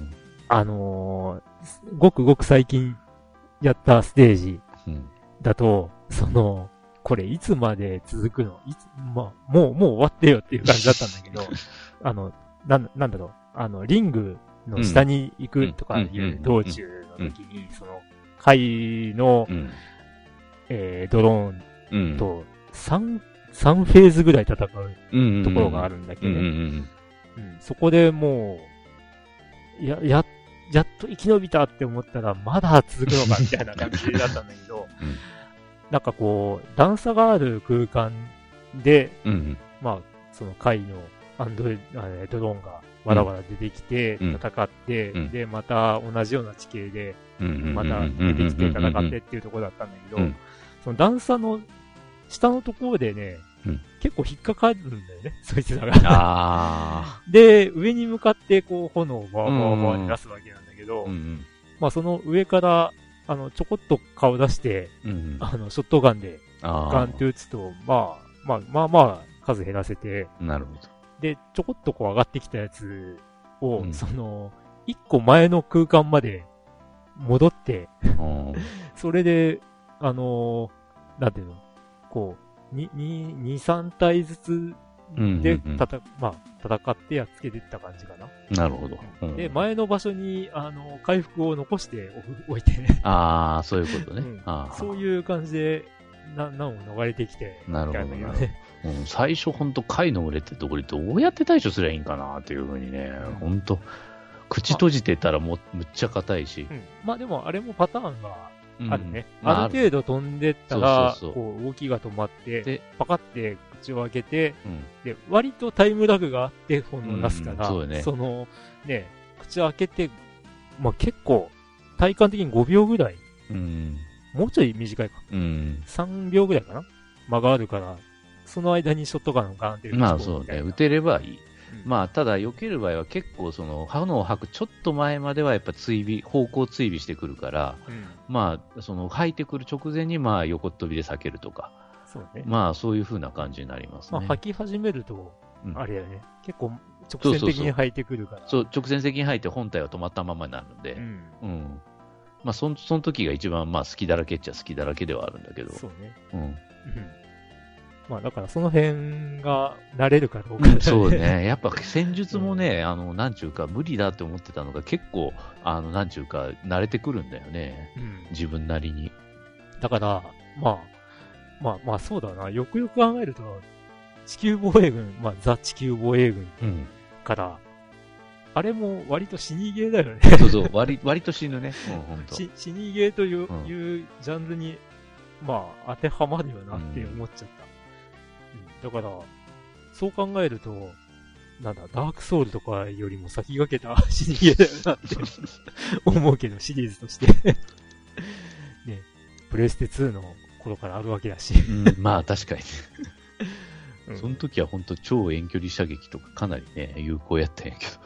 ごくごく最近やったステージだと、これいつまで続くのもう終わってよっていう感じだったんだけど、なんだろう、リングの下に行くとかいう道中の時に、貝の、ドローンと3フェーズぐらい戦うところがあるんだけど、そこでもう、やっと生き延びたって思ったら、まだ続くのかみたいな感じだったんだけど、なんかこう、段差がある空間で、まあ、その貝のドローンがわらわら出てきて、戦って、で、また同じような地形で、また出てきて戦ってっていうところだったんだけど、その段差の下のところでね、結構引っかかるんだよね、そいつらが。で、上に向かってこう炎をバーバーバーに出すわけなんだけど、まあその上から、ちょこっと顔出して、ショットガンでガンって撃つと、まあ、数減らせて、 なるほど。 で、ちょこっとこう上がってきたやつを、一個前の空間まで戻って、それで、なんていうの、こう、2、3体ずつで戦ってやっつけていった感じかな。 なるほど。 で、前の場所に、回復を残しておいてね。 そういうことね。 そういう感じで、難を逃れてきて、 なるほどね。最初ほんと貝の群れってところでどうやって対処すればいいんかなっていうふうにね、ほんと、口閉じてたらむっちゃ硬いし。 まあでもあれもパターンがあるね。ある程度飛んでったら、こう動きが止まって、パカって口を開けて、で、割とタイムラグがあって本を出すから、口を開けて、まあ結構、体感的に5秒ぐらい、もうちょい短いか。3秒ぐらいかな間があるから、その間にショットガンをガーンって撃つ。 まあそうね、撃てればいい。まあ、ただ、避ける場合は結構、炎を吐くちょっと前まではやっぱ方向追尾してくるから、まあ、吐いてくる直前に、まあ、横っ飛びで避けるとか、まあ、そういう風な感じになりますね。 まあ、吐き始めると、あれやね、結構直線的に吐いてくるから。 そう、直線的に吐いて本体は止まったままになるんで、まあ、その時が一番、まあ、好きだらけっちゃ好きだらけではあるんだけど。 そうね。まあだからその辺が慣れるかどうか、ね、 そうね。やっぱ戦術もね、なんちゅうか無理だって思ってたのが結構、なんちゅうか慣れてくるんだよね。自分なりに。 だから、まあそうだな。よくよく考えると、地球防衛軍、まあザ地球防衛軍から、あれも割と死にゲーだよね。 そう、割と死ぬね。 死にゲーというジャンルに、まあ当てはまるよなって思っちゃった。だから、そう考えると、 なんだ、ダークソウルとかよりも先駆けた死にゲーだよなって思うけど、シリーズとしてね、プレステ2の頃からあるわけだしまあ確かにその時は本当超遠距離射撃とかかなりね、有効やったんやけど。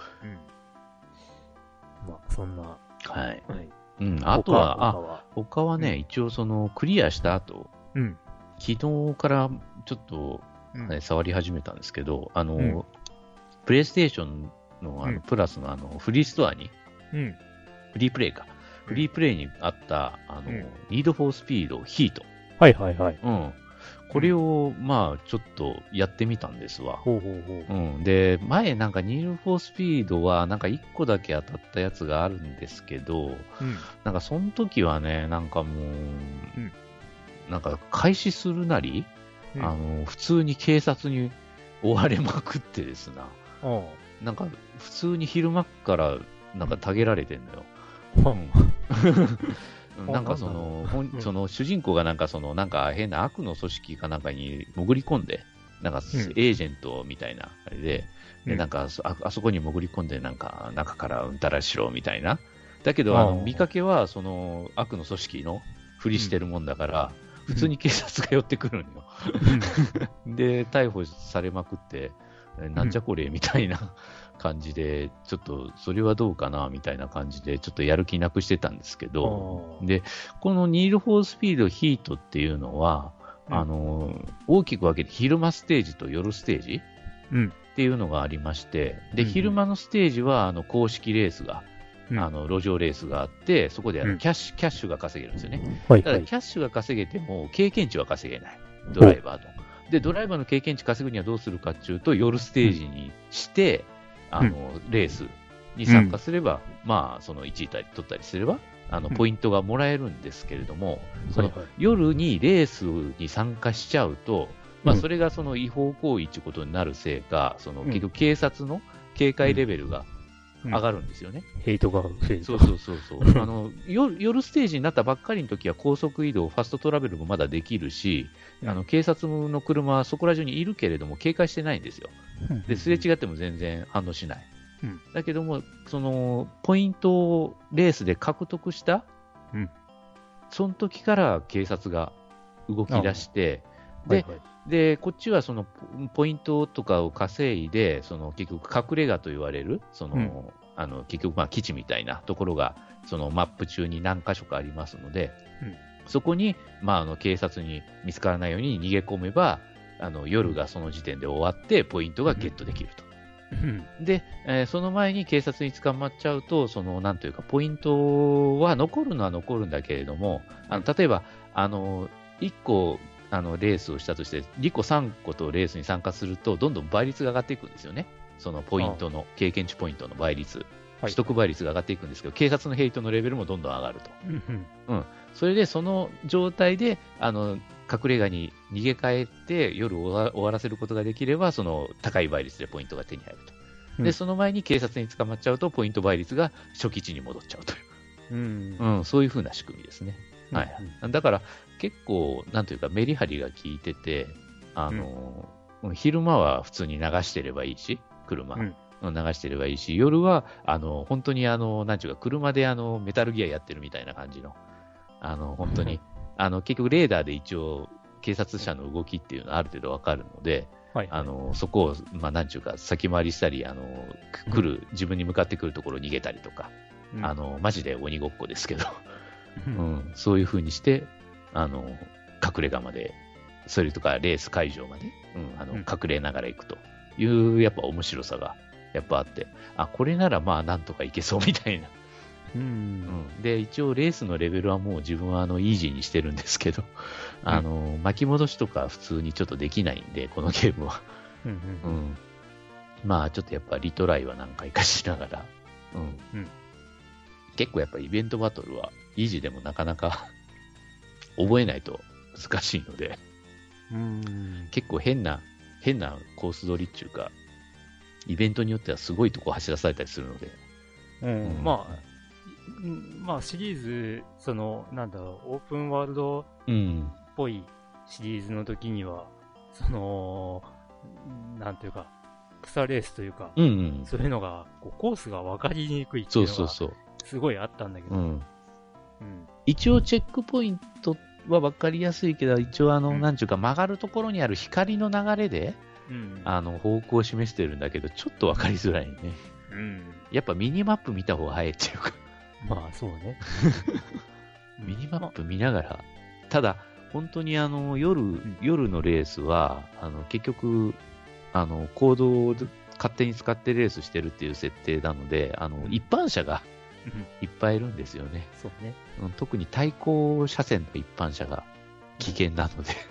まあ、そんな。 はい。あとは、他はね、一応クリアした後、昨日からちょっと、触り始めたんですけど、プレイステーションのプラスのフリーストアに、フリープレイか。フリープレイにあった、ニードフォースピードヒート。 はいはいはい。 これを、まあ、ちょっとやってみたんですわ。で、前なんかニードフォースピードはなんか1個だけ当たったやつがあるんですけど、なんかその時はね、なんかもう、なんか開始するなり、普通に警察に追われまくってですな。なんか普通に昼間からなんかたげられてんのよ。なんかその主人公がなんか変な悪の組織かなんかに潜り込んで、なんかエージェントみたいなあれで、なんかあそこに潜り込んでなんか中からうんたらしろみたいな。だけど見かけはその悪の組織のふりしてるもんだから、普通に警察が寄ってくるのよ。で逮捕されまくって、なんじゃこれみたいな感じで、ちょっとそれはどうかなみたいな感じで、ちょっとやる気なくしてたんですけど、で、このニードフォースピードヒートっていうのは、大きく分けて昼間ステージと夜ステージっていうのがありまして、で、昼間のステージは公式レースが、路上レースがあって、そこでキャッシュが稼げるんですよね。ただキャッシュが稼げても経験値は稼げない。ドライバーと。で、ドライバーの経験値稼ぐにはどうするかっていうと、夜ステージにして、レースに参加すれば、まあ、その1位取ったりすれば、ポイントがもらえるんですけれども、夜にレースに参加しちゃうと、まあ、それがその違法行為ということになるせいか、結局警察の警戒レベルが上がるんですよね。 ヘイトが増える。 そう。夜ステージになったばっかりの時は高速移動、ファストトラベルもまだできるし、警察の車はそこら中にいるけれども警戒してないんですよ。で、すれ違っても全然反応しない。だけども、その、ポイントをレースで獲得した、その時から警察が動き出して、で、こっちはそのポイントとかを稼いで、その結局隠れ家と言われる、その、結局まあ基地みたいなところが、そのマップ中に何箇所かありますので、そこに、まあ警察に見つからないように逃げ込めば、夜がその時点で終わって、ポイントがゲットできると。で、その前に警察に捕まっちゃうと、その、なんというか、ポイントは残るのは残るんだけれども、例えば、1個、レースをしたとして、2個3個とレースに参加すると、どんどん倍率が上がっていくんですよね。そのポイントの、経験値ポイントの倍率。取得倍率が上がっていくんですけど、警察のヘイトのレベルもどんどん上がると。それで、その状態で、隠れ家に逃げ帰って夜を終わらせることができれば、その高い倍率でポイントが手に入ると。で、その前に警察に捕まっちゃうと、ポイント倍率が初期値に戻っちゃうという。そういう風な仕組みですね。だから、結構、なんというか、メリハリが効いてて、昼間は普通に流してればいいし、車。流してればいいし、夜は、本当になんていうか、車でメタルギアやってるみたいな感じの、本当に、結局レーダーで一応、警察車の動きっていうのはある程度わかるので、そこを、まあ、なんていうか、先回りしたり、自分に向かってくるところを逃げたりとか、マジで鬼ごっこですけど、そういう風にして、隠れ家まで、それとかレース会場まで、隠れながら行くという、やっぱ面白さが、やっぱあって、これならまあなんとかいけそうみたいな。で、一応レースのレベルはもう自分はイージーにしてるんですけど、巻き戻しとか普通にちょっとできないんで、このゲームは。まあちょっとやっぱリトライは何回かしながら、結構やっぱイベントバトルはイージーでもなかなか覚えないと難しいので、結構変なコース取りっていうか、イベントによってはすごいとこ走らされたりするので。 まあシリーズ、なんだろう、オープンワールドっぽいシリーズの時には、なんていうか、 草レースというか、 うんうん、 そういうのが、コースが分かりにくいっていうのが、すごいあったんだけど、 一応チェックポイントは分かりやすいけど、一応なんちゅうか曲がるところにある光の流れで、方向を示してるんだけど、ちょっと分かりづらいね。やっぱミニマップ見た方が早いっていうか。 まあそうね。 ミニマップ見ながら、ただ、本当に夜のレースは、結局、コードを勝手に使ってレースしてるっていう設定なので、一般車がいっぱいいるんですよね。 そうね。 特に対向車線の一般車が危険なので。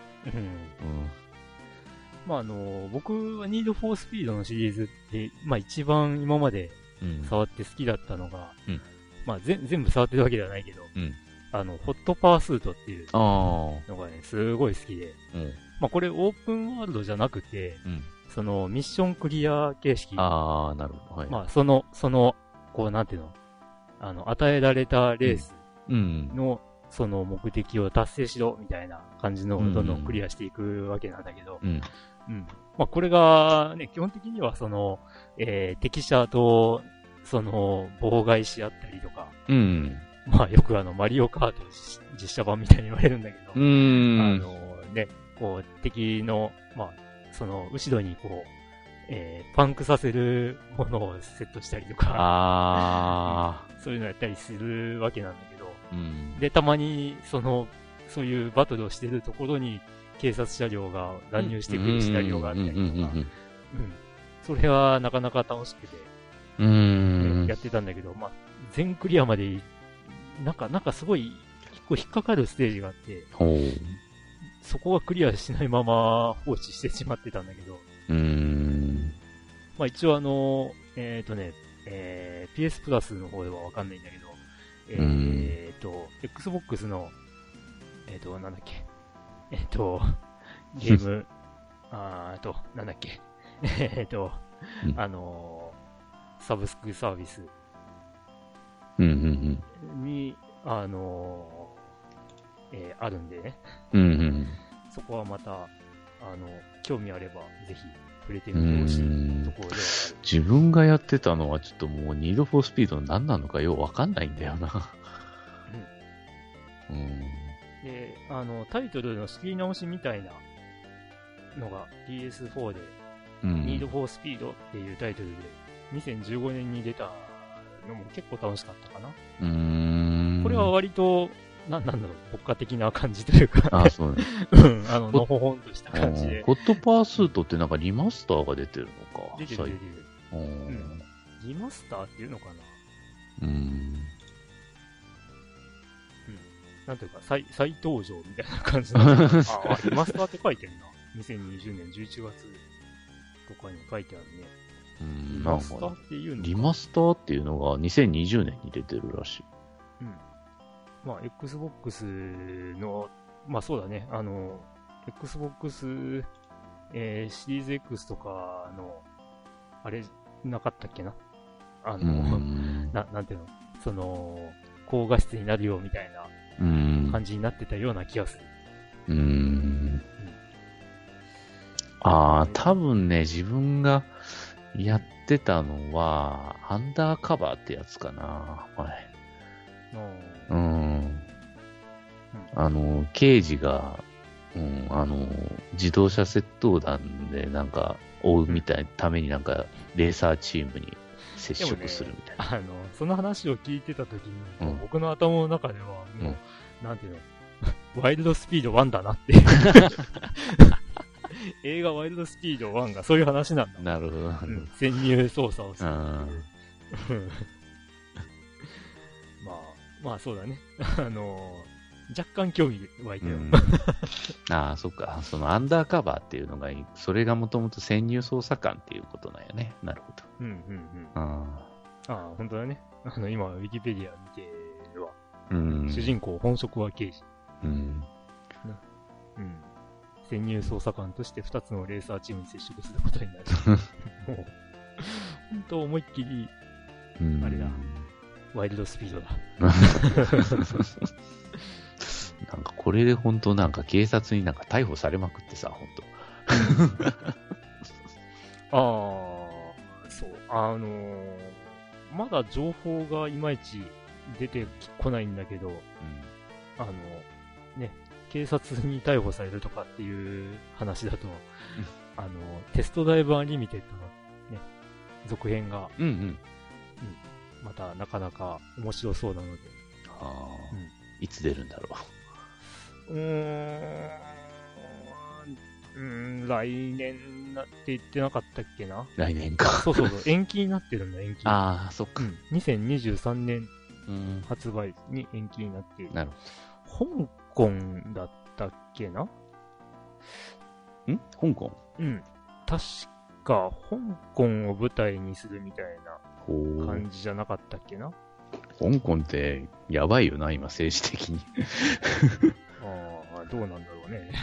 まあ僕はニードフォースピードのシリーズって、まあ一番今まで触って好きだったのが、まあ全部触ってるわけではないけど、ホットパースートっていうのがね、すごい好きで、まあこれオープンワールドじゃなくて、そのミッションクリア形式。 ああ、なるほど。はい、 まあその、こうなんていうの、与えられたレースの、その目的を達成しろみたいな感じのをどんどんクリアしていくわけなんだけど、まあこれがね、基本的にはその、敵車と、その、妨害し合ったりとか、まあよくマリオカート実写版みたいに言われるんだけど、ね、こう敵の、まあ、その後ろにこう、パンクさせるものをセットしたりとか、そういうのやったりするわけなんだけど、で、たまにそういうバトルをしてるところに警察車両が乱入してくるシナリオがあったりとか、それはなかなか楽しくて、やってたんだけど、まあ、全クリアまでなんかすごい、引っかかるステージがあって、そこはクリアしないまま放置してしまってたんだけど、まあ一応PS プラスの方ではわかんないんだけど、Xbox の、なんだっけ、ゲーム、なんだっけ、サブスクサービスに、あるんでね。そこはまた、興味あれば、ぜひ、触れてみてほしいところではある。 自分がやってたのは、ちょっともう、ニードフォースピードの何なのかようわかんないんだよな。 で、タイトルの仕切り直しみたいなのが PS4 で、ニードフォースピードっていうタイトルで、2015年に出たのも結構楽しかったかな。これは割と、なんだろう、牧歌的な感じというか、 そうね。 のほほんとした感じで。 ホットパースートってなんかリマスターが出てるのか。 出てる。リマスターっていうのかな。なんていうか、再登場みたいな感じなのかな。リマスターって書いてるな。2020年11月とかに書いてあるね。リマスターっていうのか。 リマスターっていうのが2020年に出てるらしい。 まあ、Xbox の、まあそうだね、Xbox、シリーズ X とかの、あれ、なかったっけななんていうの、その、高画質になるよみたいな感じになってたような気がする。 多分ね、自分がやってたのは、アンダーカバーってやつかな、前。刑事が、自動車窃盗団でなんか追うみたいなためになんかレーサーチームに接触するみたいな。 その話を聞いてたときに、僕の頭の中ではもう、なんていうの、ワイルドスピード1だなっていう。映画ワイルドスピード1がそういう話なんだ。 なるほど。 潜入捜査をするっていう。まあそうだね。若干興味湧いたよ。 そっか。そのアンダーカバーっていうのが、それがもともと潜入捜査官っていうことなんやね。なるほど。 本当だね。今、ウィキペディア見てるわ。主人公、本職は刑事。潜入捜査官として2つのレーサーチームに接触することになる。もう、本当思いっきり、あれだ。ワイルドスピードだ。 なんかこれで本当なんか警察になんか逮捕されまくってさ、本当。 そう。まだ情報がいまいち出てこないんだけど、ね、警察に逮捕されるとかっていう話だと、テストダイブアンリミテッドのね、続編が、またなかなか面白そうなので。 いつ出るんだろう。 来年なって言ってなかったっけな。 来年か。 そう、延期になってるんだ、延期。 ああ、そっか。 2023年発売に延期になっている。 なるほど。香港だったっけな？ 香港？ 確か、香港を舞台にするみたいな感じじゃなかったっけな？ 香港ってやばいよな、今、政治的に。 どうなんだろうね。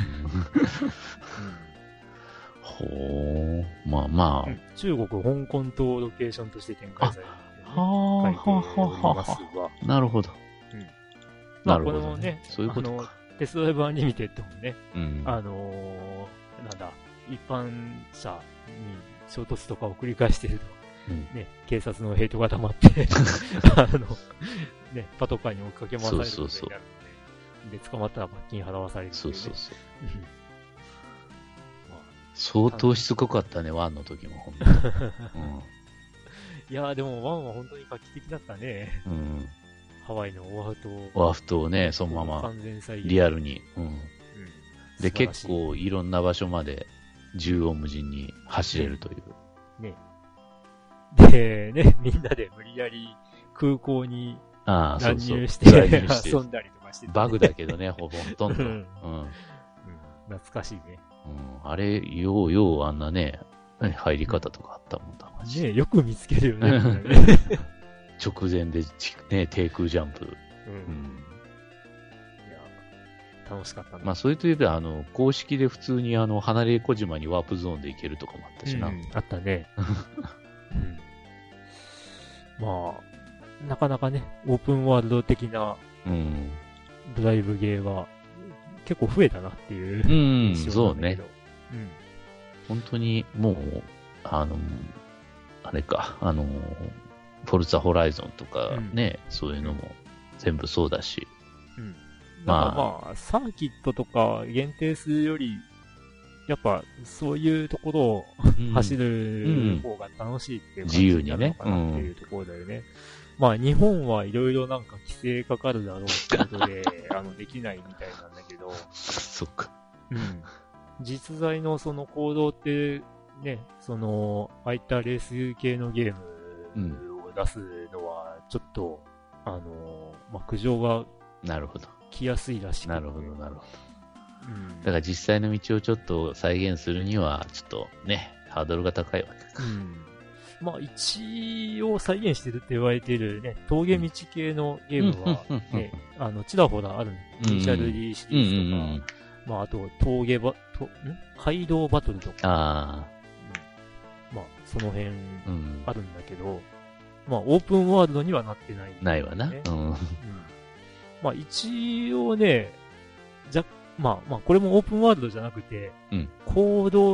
まあ。 中国、香港島をロケーションとして展開される、書いておりますが。 なるほど。 まあ、このね、 そういうことか。 テストダイブアンリミテッドもね、なんだ、一般者に衝突とかを繰り返していると、ね、警察のヘイトが溜まって、ね、パトカーに追っかけ回されることになるので、で、捕まったら罰金払わされる、ね。そう。 相当しつこかったね、ワンの時も、ほんといやー、でもワンは本当に画期的だったね。ハワイのオアフ島をね、そのままリアルに。で、結構いろんな場所まで縦横無尽に走れるという。 ね。で、ね、みんなで無理やり空港に乱入して遊んだりとかして、 バグだけどね、ほとんど。 懐かしいね。 あれ、ようあんなね、入り方とかあったもんだ。 ね、よく見つけるよね。 直前で、ね、低空ジャンプ。いや、 楽しかったね。 まあ、それといえば、公式で普通に離れ小島にワープゾーンで行けるとかもあったしな。 あったね。まあ、なかなかね、オープンワールド的な、ドライブゲーは、結構増えたなっていう。 そうね。本当に、もう、あれか、フォルツァホライゾンとかね、そういうのも全部そうだし。 まあ、サーキットとか限定するより、やっぱそういうところを走る方が楽しいっていう感じになるのかなっていうところだよね。まあ日本はいろいろなんか規制かかるだろうってことで、できないみたいなんだけど。 そっか。 実在のその行動って、ね、ああいったレース系のゲームを出すのは、ちょっと、まあ、苦情が来やすいらしくて。 なるほど。だから実際の道をちょっと再現するには、ちょっとね、ハードルが高いわけか。 まあ一応再現してるって言われているね、峠道系のゲームは、ね、ちらほらあるんで、イニシャル D シリーズとか、まああと街道バトルとか、まあその辺あるんだけど、まあオープンワールドにはなってない、 ないわな。 まあ一応ね、まあこれもオープンワールドじゃなくて、行動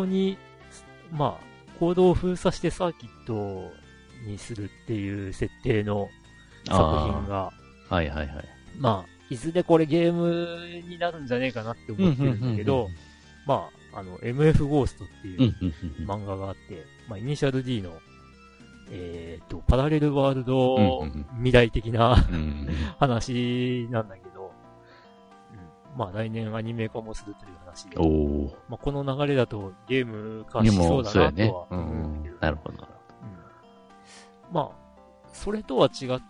を封鎖してサーキットにするっていう設定の作品が、まあ、いずれこれゲームになるんじゃねえかなって思ってるんだけど、まあ、MF ゴーストっていう漫画があって、まあ、イニシャル D の、パラレルワールド未来的な話なんだけど、まあ来年アニメ化もするという話で、まあこの流れだとゲーム化しそうだなとは思うんだけど、 なるほど。 まあ、それとは違って、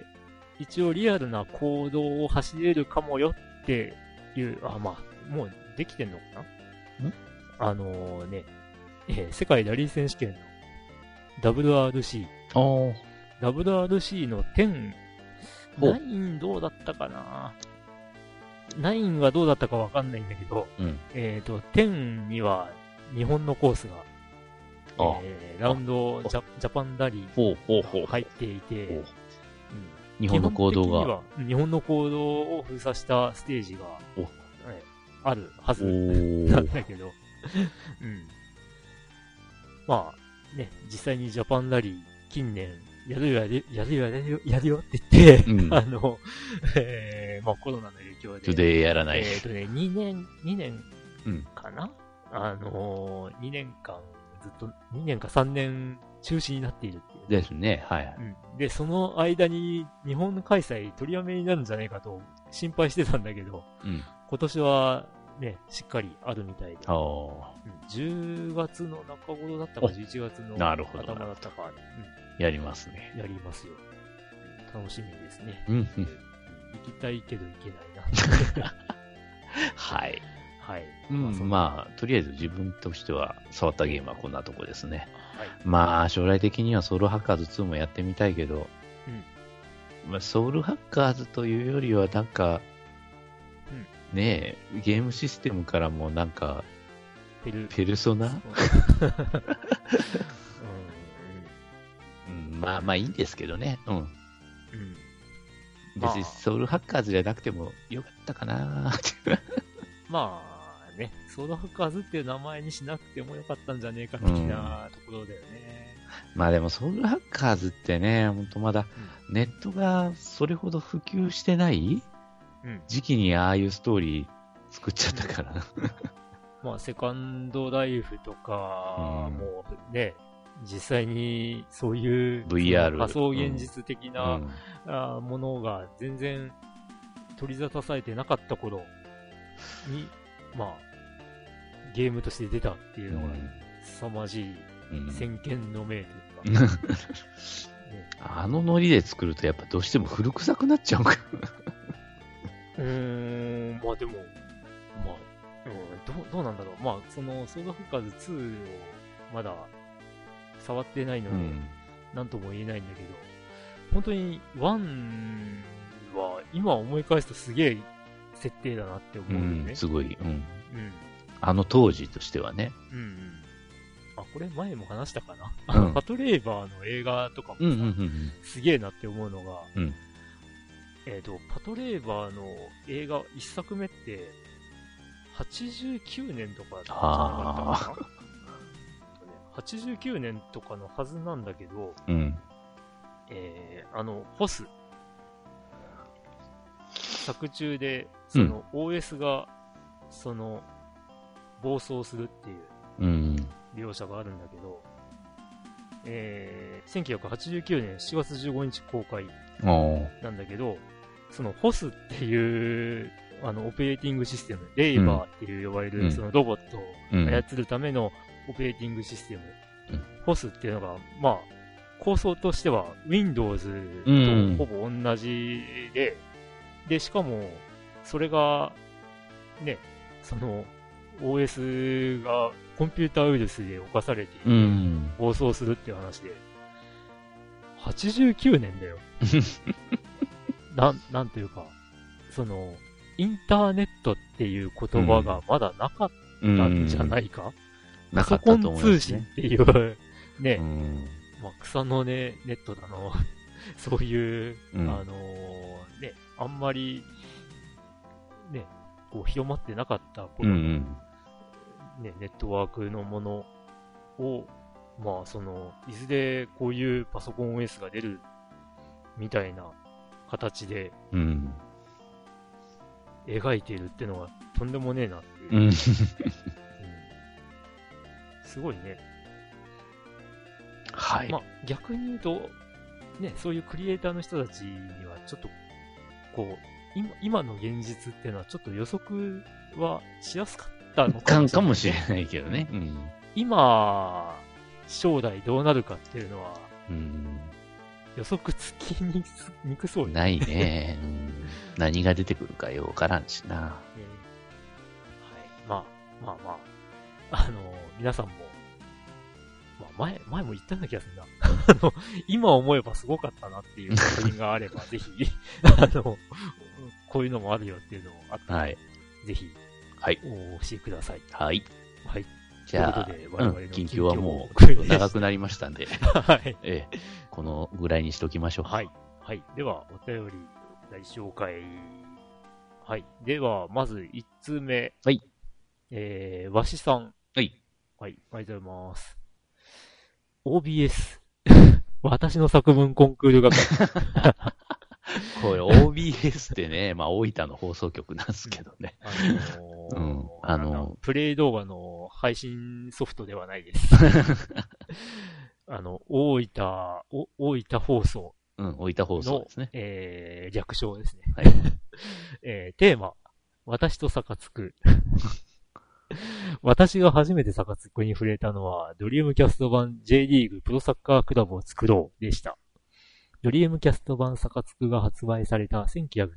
一応リアルな行動を走れるかもよっていう、まあ、もうできてんのかな？世界ラリー選手権の WRC。WRC の10、9どうだったかな？9はどうだったかわかんないんだけど、10には日本のコースが、ラウンドジャパンラリーが入っていて、 日本の行動が。 日本の行動を封鎖したステージが、あるはずなんだけど、まあ、 ね、実際にジャパンラリー、近年、やるよって言って、まあコロナの影響で。 トゥデイやらない。 2年かな、2年間、ずっと、2年か3年中止になっているっていう。 ですね、はい。 で、その間に日本開催取りやめになるんじゃないかと心配してたんだけど、今年はね、しっかりあるみたいで。10月の中頃だったか、11月の頭だったか。 やりますね。 やりますよ。楽しみですね。行きたいけど行けないな。 はい。 はい。 まあ、とりあえず自分としては触ったゲームはこんなとこですね。はい。まあ、将来的にはソウルハッカーズ2もやってみたいけど、まあ、ソウルハッカーズというよりはなんか、ねえ、ゲームシステムからもなんか、ペルソナまあいいんですけどね。別にソウルハッカーズじゃなくてもよかったかなまあね、ソウルハッカーズっていう名前にしなくてもよかったんじゃねえか的なところだよね。 まあでもソウルハッカーズってね、ほんとまだネットがそれほど普及してない時期にああいうストーリー作っちゃったから。 まあセカンドライフとかもね、実際にそういう VR 仮想現実的なものが全然取り沙汰されてなかった頃に、まあ、ゲームとして出たっていうのが凄まじい先見の明というか、 あのノリで作るとやっぱどうしても古臭くなっちゃうかまあでも、まあ、どうなんだろう。まあ、その、ソードフッカーズ2をまだ触ってないので、なんとも言えないんだけど、本当に1は今思い返すとすげえ設定だなって思うよね。 すごい。あの当時としてはね。 あ、これ前も話したかな、パトレーバーの映画とかもすげえなって思うのが、パトレーバーの映画1作目って、89年とかじゃなかったかな89年とかのはずなんだけど、ホス。作中で、その OS が、その、暴走するっていう描写があるんだけど、1989年4月15日公開なんだけど、そのホスっていうオペレーティングシステム、レイバーっていう呼ばれる、そのロボットを操るためのオペレーティングシステム、ホスっていうのが、まあ、構想としては Windows とほぼ同じで、しかも、それが、ね、その、OS がコンピューターウイルスで侵されていて、暴走するっていう話で、89年だよ。なんというか、その、インターネットっていう言葉がまだなかったんじゃないか、パソコン通信っていう、ね、まあ、草のね、ネットだの、そういう、ね、あんまり、ね、こう広まってなかった頃の、ね、ネットワークのものを、まあ、その、いずれこういうパソコン OS が出るみたいな形で、描いているってのがとんでもねえなっていう。すごいね。 はい。 まあ、逆に言うと、ね、そういうクリエイターの人たちにはちょっと、こう、今の現実っていうのはちょっと予測はしやすかったのかもしれないけどね。 今、将来どうなるかっていうのは、予測つきにくそうないね。何が出てくるかよわからんしな。はい。 まあ、皆さんも、まあ、前も言ったような気がするな。今思えばすごかったなっていう作品があれば、ぜひ、こういうのもあるよっていうのをあったら、ぜひ、お教えください。 はい。 はい。 じゃあ、近況はもう長くなりましたんで、 はい。 このぐらいにしときましょう。 はい。はい。では、お便り大紹介。はい。では、まず1通目。 はい。 わしさん。 はい。 はい。ありがとうございます。 OBS。私の作文コンクール係。 これ OBS ってね、まあ大分の放送局なんですけどね。 プレイ動画の配信ソフトではないです。大分放送。 大分放送ですね。 略称ですね。 はい。 テーマ、私とサカツク。私が初めてサカツクに触れたのは、ドリームキャスト版 J リーグプロサッカークラブを作ろうでした。ドリームキャスト版サカツクが発売された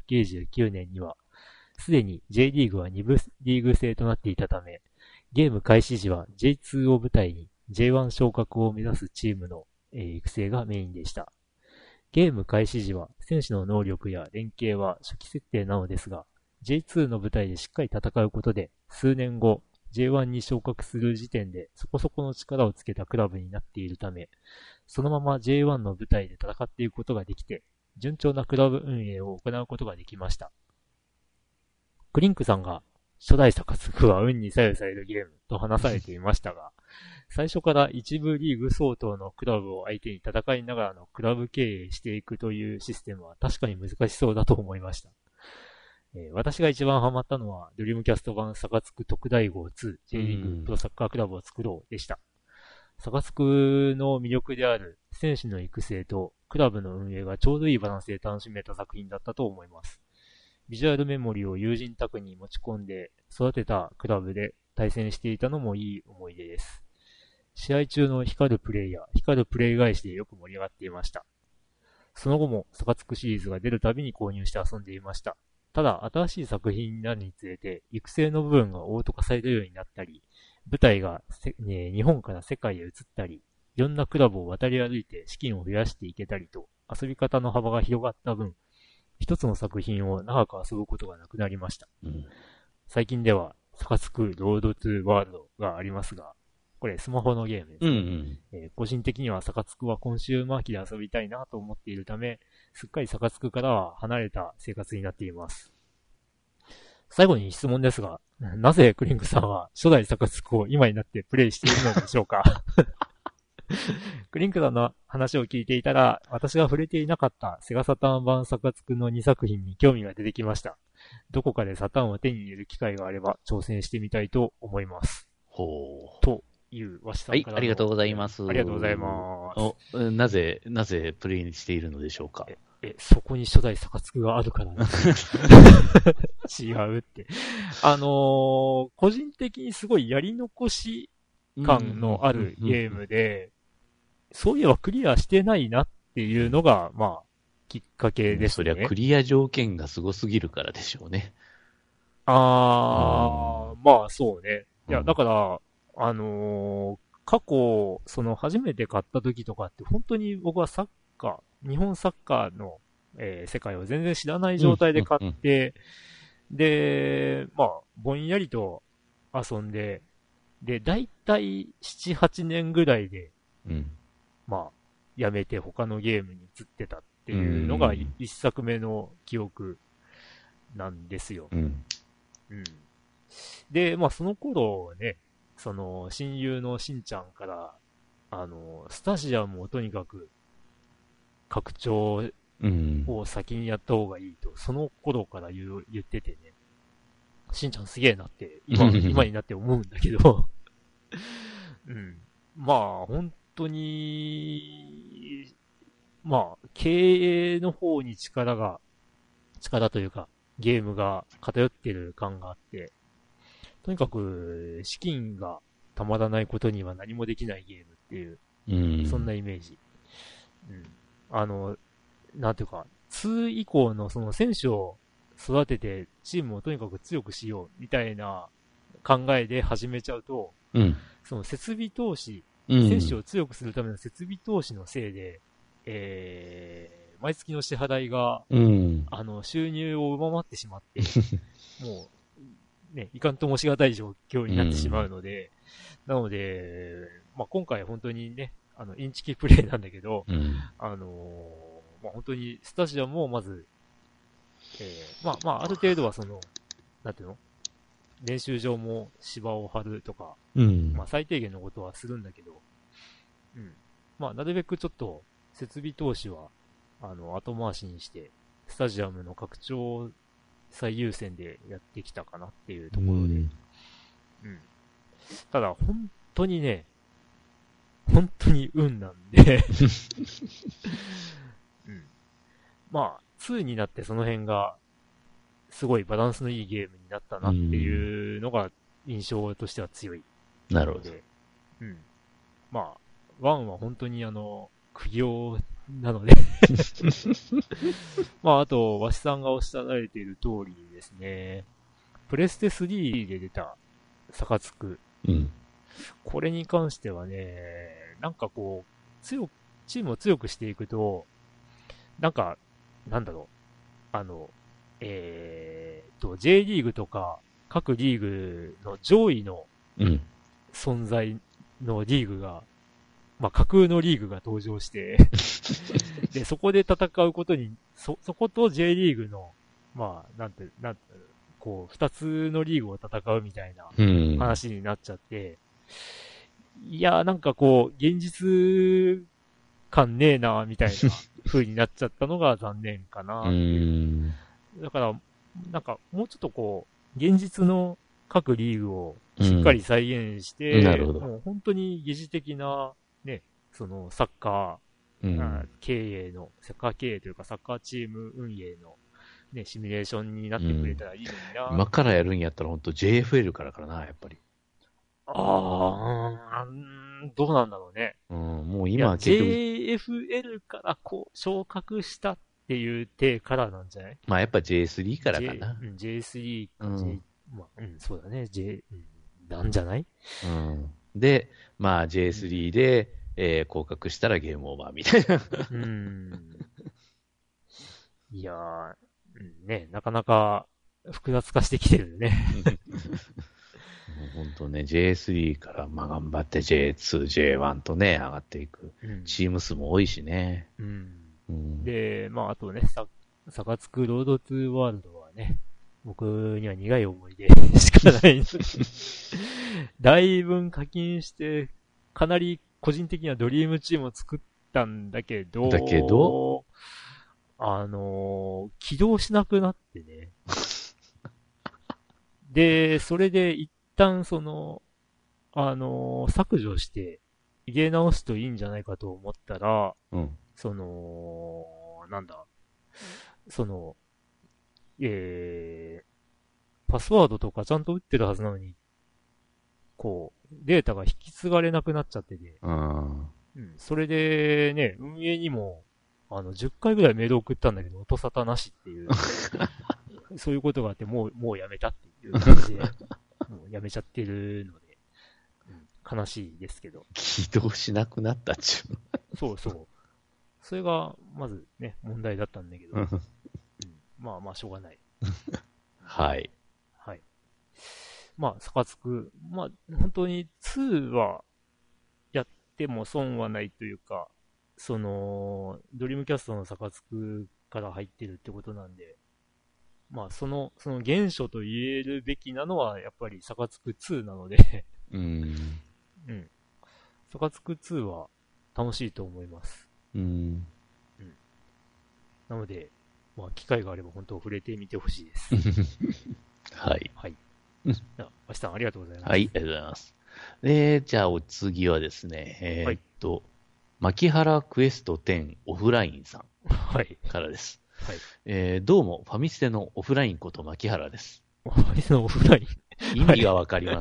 1999年には、すでに J リーグは2部リーグ制となっていたため、ゲーム開始時は J2 を舞台に J1 昇格を目指すチームの育成がメインでした。ゲーム開始時は選手の能力や連携は初期設定なのですが、J2 の舞台でしっかり戦うことで、数年後、J1 に昇格する時点でそこそこの力をつけたクラブになっているため、そのまま J1 の舞台で戦っていくことができて、順調なクラブ運営を行うことができました。クリンクさんが、初代サカツクは運に左右されるゲームと話されていましたが、最初から一部リーグ相当のクラブを相手に戦いながらのクラブ経営していくというシステムは確かに難しそうだと思いました。私が一番ハマったのは、ドリームキャスト版サカツク特大号 2J リーグプロサッカークラブを作ろうでした。サカツクの魅力である選手の育成とクラブの運営がちょうどいいバランスで楽しめた作品だったと思います。ビジュアルメモリを友人宅に持ち込んで育てたクラブで対戦していたのもいい思い出です。試合中の光るプレイや光るプレイ返しでよく盛り上がっていました。その後もサカツクシリーズが出るたびに購入して遊んでいました。ただ、新しい作品になるにつれて、育成の部分がオート化されるようになったり、舞台が日本から世界へ移ったり、いろんなクラブを渡り歩いて資金を増やしていけたりと、遊び方の幅が広がった分、一つの作品を長く遊ぶことがなくなりました。最近では、サカツクロードトゥワールドがありますが、これスマホのゲームですね。個人的にはサカツクはコンシューマー機で遊びたいなと思っているため、すっかりサカツクからは離れた生活になっています。最後に質問ですが、なぜクリンクさんは初代サカツクを今になってプレイしているのでしょうか？クリンクさんの話を聞いていたら、私が触れていなかったセガサターン版サカツクの2作品に興味が出てきました。どこかでサターンを手に入れる機会があれば挑戦してみたいと思います。というわしさんからの。 はい、ありがとうございます。 ありがとうございます。 なぜプレイしているのでしょうか。 そこに初代サカツクがあるからね。違うって。個人的にすごいやり残し感のあるゲームで、そういえばクリアしてないなっていうのが、まあ、きっかけですね。 そりゃクリア条件がすごすぎるからでしょうね。 まあそうね。いや、だから、過去、初めて買った時とかって、本当に僕は日本サッカーの、世界を全然知らない状態で買って、で、まあ、ぼんやりと遊んで、で、だいたい7、8年ぐらいで、まあ、やめて他のゲームに移ってたっていうのが一作目の記憶なんですよ。で、まあその頃ね、親友のしんちゃんから、スタジアムをとにかく拡張を先にやった方がいいと、その頃から言っててね、しんちゃんすげえなって、今になって思うんだけど、まあ、本当に、まあ、経営の方に力というか、ゲームが偏ってる感があって、とにかく、資金がたまらないことには何もできないゲームっていう、そんなイメージ。なんていうか、2以降のその選手を育ててチームをとにかく強くしようみたいな考えで始めちゃうと、その設備投資、選手を強くするための設備投資のせいで、毎月の支払いが、収入を上回ってしまって、もう、ね、いかんともしがたい状況になってしまうので、なので、まあ、今回本当にね、インチキプレイなんだけど、まあ、本当にスタジアムをまず、まあ、ある程度はなんていうの？練習場も芝を張るとか、まあ、最低限のことはするんだけど、 まあ、なるべくちょっと、設備投資は、後回しにして、スタジアムの拡張最優先でやってきたかなっていうところで。うん。ただ、本当にね、本当に運なんでうん。まあ、2になってその辺が、すごいバランスのいいゲームになったなっていうのが印象としては強い。 なるほど。 うん。まあ、1は本当に苦行なのでまあ、あと、わしさんがおっしゃられている通りですね。プレステ3で出た、サカツク。 うん。 これに関してはね、なんかこう、チームを強くしていくと、なんか、なんだろう、J リーグとか、各リーグの上位の存在のリーグが、まあ、架空のリーグが登場してで、そこで戦うことに、そこと J リーグの、まあ、こう、二つのリーグを戦うみたいな話になっちゃって、いや、なんかこう、現実感ねえな、みたいな風になっちゃったのが残念かなっていう。だから、なんか、もうちょっとこう、現実の各リーグをしっかり再現して、 なるほど。 もう本当に疑似的な、ね、そのサッカー、経営の、サッカー経営というかサッカーチーム運営の、ね、シミュレーションになってくれたらいいのにな。 今からやるんやったら本当 JFL からな、やっぱり。 どうなんだろうね。 もう今結局 JFL からこう、昇格したっていう体からなんじゃない？ まあやっぱ J3 からかな。 J3 か J、まあ、そうだね。なんじゃない？ で、まあ J3 で、降格したらゲームオーバーみたいな。 いやー、ね、なかなか複雑化してきてるよね。 本当ね、J3 からまあ頑張って J2、J1 とね、上がっていく。チーム数も多いしね。 で、まああとね、サカツクロードトゥーワールドはね、僕には苦い思い出しかないだいぶ課金して、かなり個人的にはドリームチームを作ったんだけど、起動しなくなってね。で、それで一旦削除して、入れ直すといいんじゃないかと思ったら、なんだ、パスワードとかちゃんと打ってるはずなのに、こう、データが引き継がれなくなっちゃってて、それでね、運営にも、10回ぐらいメール送ったんだけど、音沙汰なしっていう、そういうことがあって、もうやめたっていう感じで、もうやめちゃってるので、悲しいですけど。 起動しなくなったっちゅう。そうそう。それが、まずね、問題だったんだけど、まあまあ、しょうがない。 はい。 はい。まあ、サカツク、まあ、本当に2は、やっても損はないというか、ドリームキャストのサカツクから入ってるってことなんで、まあ、その原初と言えるべきなのは、やっぱりサカツク2なのでサカツク2は楽しいと思います。なので、まあ、機会があれば本当触れてみてほしいです。 はい。 はい。わしさん、ありがとうございます。 はい、ありがとうございます。じゃあ、お次はですね、牧原クエスト10オフラインさんからです。はい。どうも、ファミステのオフラインこと牧原です。 ファミステのオフライン意味がわかります、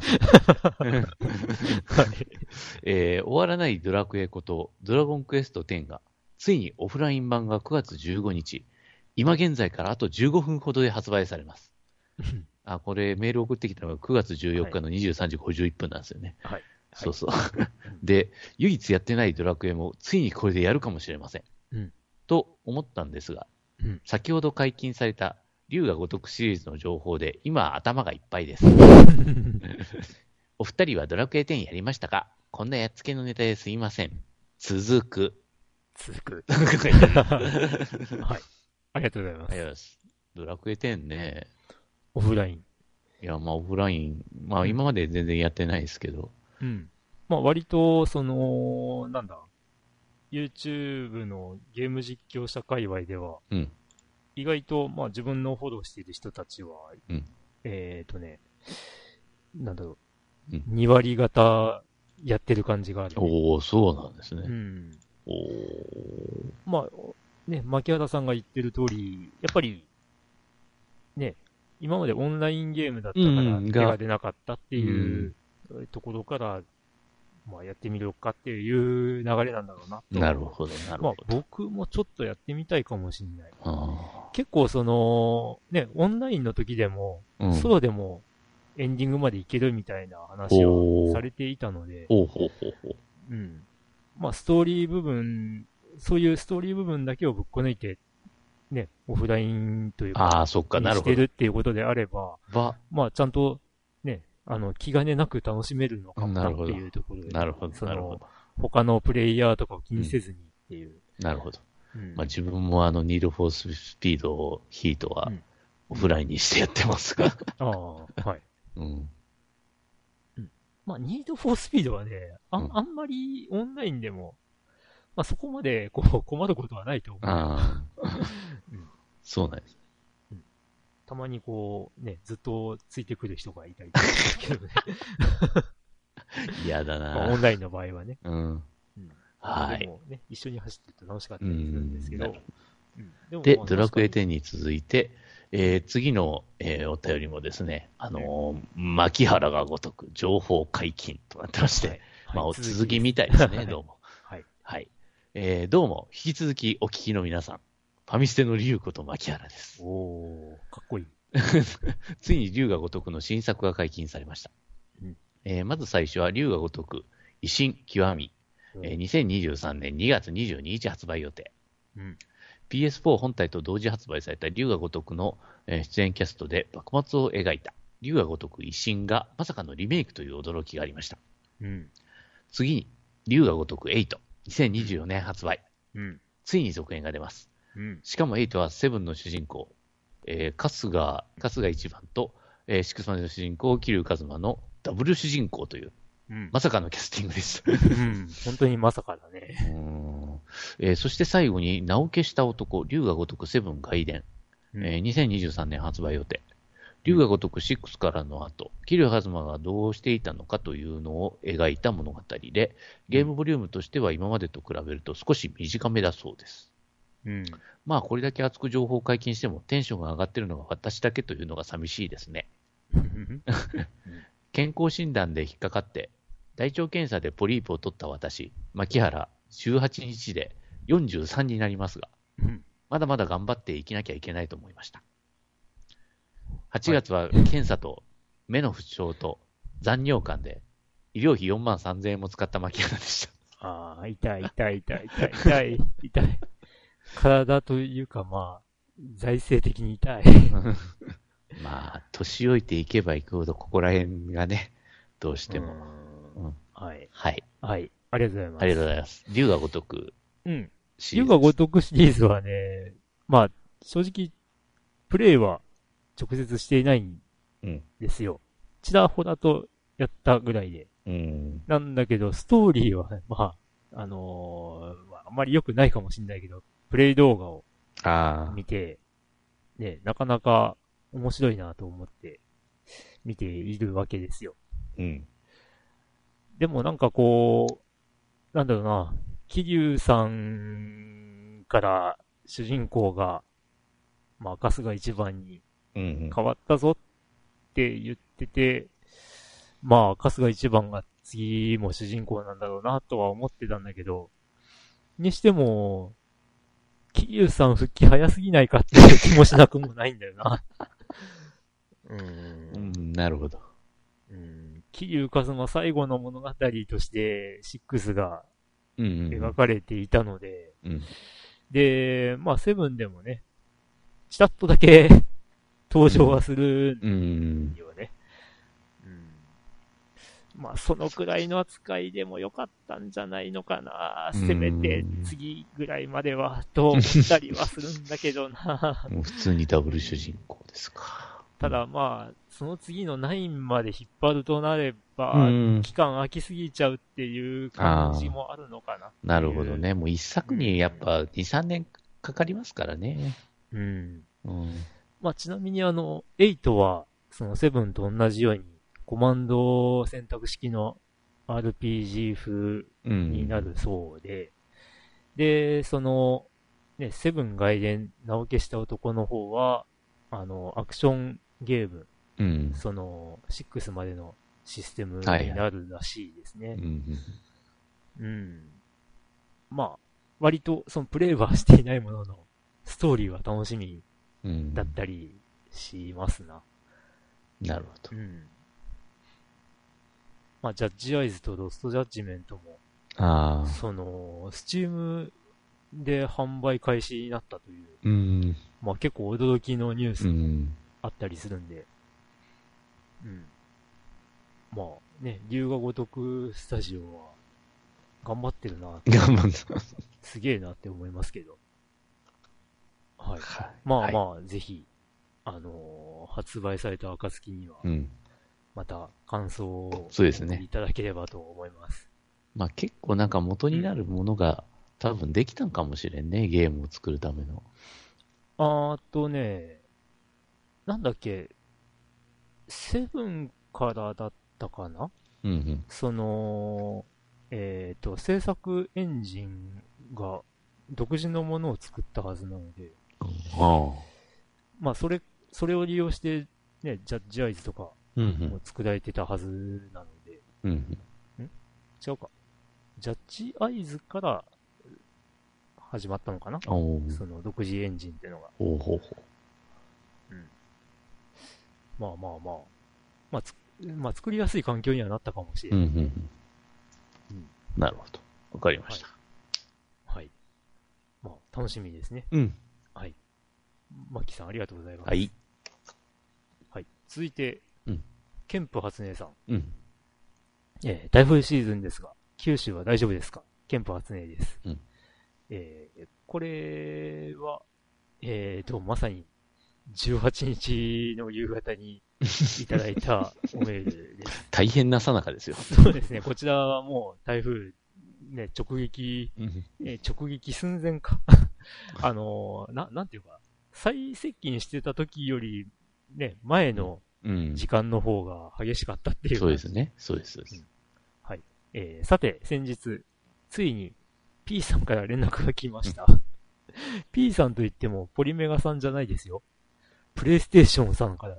終わらないドラクエことドラゴンクエスト10が、ついにオフライン版が9月15日、今現在からあと15分ほどで発売されます。これメール送ってきたのが9月14日の23時51分なんですよね。はい。そうそう。で、唯一やってないドラクエもついにこれでやるかもしれません。と思ったんですが、先ほど解禁された龍が如くシリーズの情報で今頭がいっぱいです。お二人はドラクエ10やりましたか？こんなやっつけのネタですいません。続く。 はい。ありがとうございます。ありがとうございます。 ドラクエ10ね。 オフライン。 いや、まあオフライン。まあ今まで全然やってないですけど。 まあ割と、なんだ。 YouTube のゲーム実況者界隈では、 うん、 意外と、まあ自分のフォローしている人たちは、 うん、 なんだろう、 うん、 2割方やってる感じがある、ね。 おー、そうなんですね。 うん。 おー。 まあ、ね、牧原さんが言ってる通り、やっぱり、ね、今までオンラインゲームだったから手が出なかったっていうところから、まあやってみようかっていう流れなんだろうなと。 なるほど、なるほど。 まあ僕もちょっとやってみたいかもしれない。結構その、ね、オンラインの時でも、ソロでもエンディングまでいけるみたいな話をされていたので、うん。まあストーリー部分、そういうストーリー部分だけをぶっこ抜いて、ね、オフラインというか、してるっていうことであれば、まあちゃんと、ね、気兼ねなく楽しめるのかなっていうところで、 なるほど。 その、他のプレイヤーとかを気にせずにっていう。 なるほど。まあ自分もニードフォースピードヒートは、オフラインにしてやってますが。 ああ、はい。まあ、ニードフォースピードはね、あんまりオンラインでも、まあそこまで困ることはないと思う。 そうなんです。 たまにね、ずっとついてくる人がいたりけどね。 嫌だな、 オンラインの場合はね。 はい。 でもね、一緒に走ってると楽しかったりするんですけど。 で、ドラクエ10に続いて、次の、お便りもですね、牧原がごとく情報解禁となってまして、まあ、お続きみたいですね、どうも。はい。どうも、引き続きお聞きの皆さん、ファミステの竜こと牧原です。 おー、かっこいい。 ついに竜が如くの新作が解禁されました。まず最初は竜が如く、維新極み、2023年2月22日発売予定。PS4 本体と同時発売された竜が如くの出演キャストで幕末を描いた竜が如く維新がまさかのリメイクという驚きがありました。次に、竜が如く8、2024年発売。ついに続編が出ます。しかも8はセブンの主人公、春日一番と、シックスマンの主人公、桐生一馬のダブル主人公という、まさかのキャスティングでした。 本当にまさかだね。 そして最後に、名を消した男、竜が如くセブン外伝、2023年発売予定。竜が如く6からの後、桐生一馬がどうしていたのかというのを描いた物語で、ゲームボリュームとしては今までと比べると少し短めだそうです。まあこれだけ熱く情報を解禁してもテンションが上がってるのが私だけというのが寂しいですね。健康診断で引っかかって大腸検査でポリープを取った私、牧原18日で43になりますが、まだまだ頑張って生きなきゃいけないと思いました。8月は検査と目の不調と残尿感で医療費43,000円も使った牧原でした。 ああ、痛い。体というかまあ、財政的に痛い。 まあ、年老いていけばいくほどここら辺がね、どうしても。 はい。 はい。 はい。ありがとうございます。 ありがとうございます。竜が如く。 竜が如くシリーズはね、まあ、正直、プレイは直接していないんですよ。ちらほらとやったぐらいで。なんだけど、ストーリーは、まあ、あんまり良くないかもしれないけど、プレイ動画を見て、ね、なかなか面白いなと思って見ているわけですよ。でもなんかなんだろうな、桐生さんから主人公が、まあ、春日一番に変わったぞって言ってて、まあ、春日一番が次も主人公なんだろうなとは思ってたんだけど、にしても、桐生さん復帰早すぎないかっていう気もしなくもないんだよな。 なるほど。 桐生一馬最後の物語として6が描かれていたので、で、まあセブンでもね、ちらっとだけ登場はするんよね。まあそのくらいの扱いでもよかったんじゃないのかな。せめて次ぐらいまではと思ったりはするんだけどな。 もう普通にダブル主人公ですか。 ただまあ、その次の9まで引っ張るとなれば、期間空きすぎちゃうっていう感じもあるのかな。 なるほどね。もう一作にやっぱ2、3年かかりますからね。 まあちなみに8は、その7と同じように、コマンド選択式の RPG 風になるそうで、で、その、ね、7外伝名を消した男の方は、アクションゲーム、その、6までのシステムになるらしいですね。まあ、割と、そのプレイはしていないものの、ストーリーは楽しみだったりしますな。 なるほど。 まあ、ジャッジアイズとロストジャッジメントも、その、スチームで販売開始になったという、まあ結構驚きのニュースもあったりするんで、まあね、龍が如くスタジオは頑張ってるなすげえなって思いますけど。はい。まあまあ、ぜひ、発売された暁には、また感想をいただければと思います。 まあ結構なんか元になるものが多分できたんかもしれんね、ゲームを作るための。 なんだっけ、7からだったかな、その、制作エンジンが独自のものを作ったはずなので、まあそれを利用して、ね、ジャッジアイズとかも作られてたはずなので、違うか。ジャッジアイズから始まったのかな、その独自エンジンっていうのが。まあまあまあ。まあ作りやすい環境にはなったかもしれない。 なるほど。わかりました。 はい。まあ楽しみですね。はい。マッキーさんありがとうございます。はい。はい。続いて、ケンプ初音さん。台風シーズンですが、九州は大丈夫ですか？ケンプ初音です。これは、まさに18日の夕方にいただいたおメールです。 大変な最中ですよ。 そうですね。こちらはもう台風、ね、直撃寸前か。なんていうか、最接近してた時より、ね、前の時間の方が激しかったっていう、 そうですね。そうです。 はい。さて、先日、ついに P さんから連絡が来ました。P さんといっても、ポリメガさんじゃないですよ。プレイステーションさんからです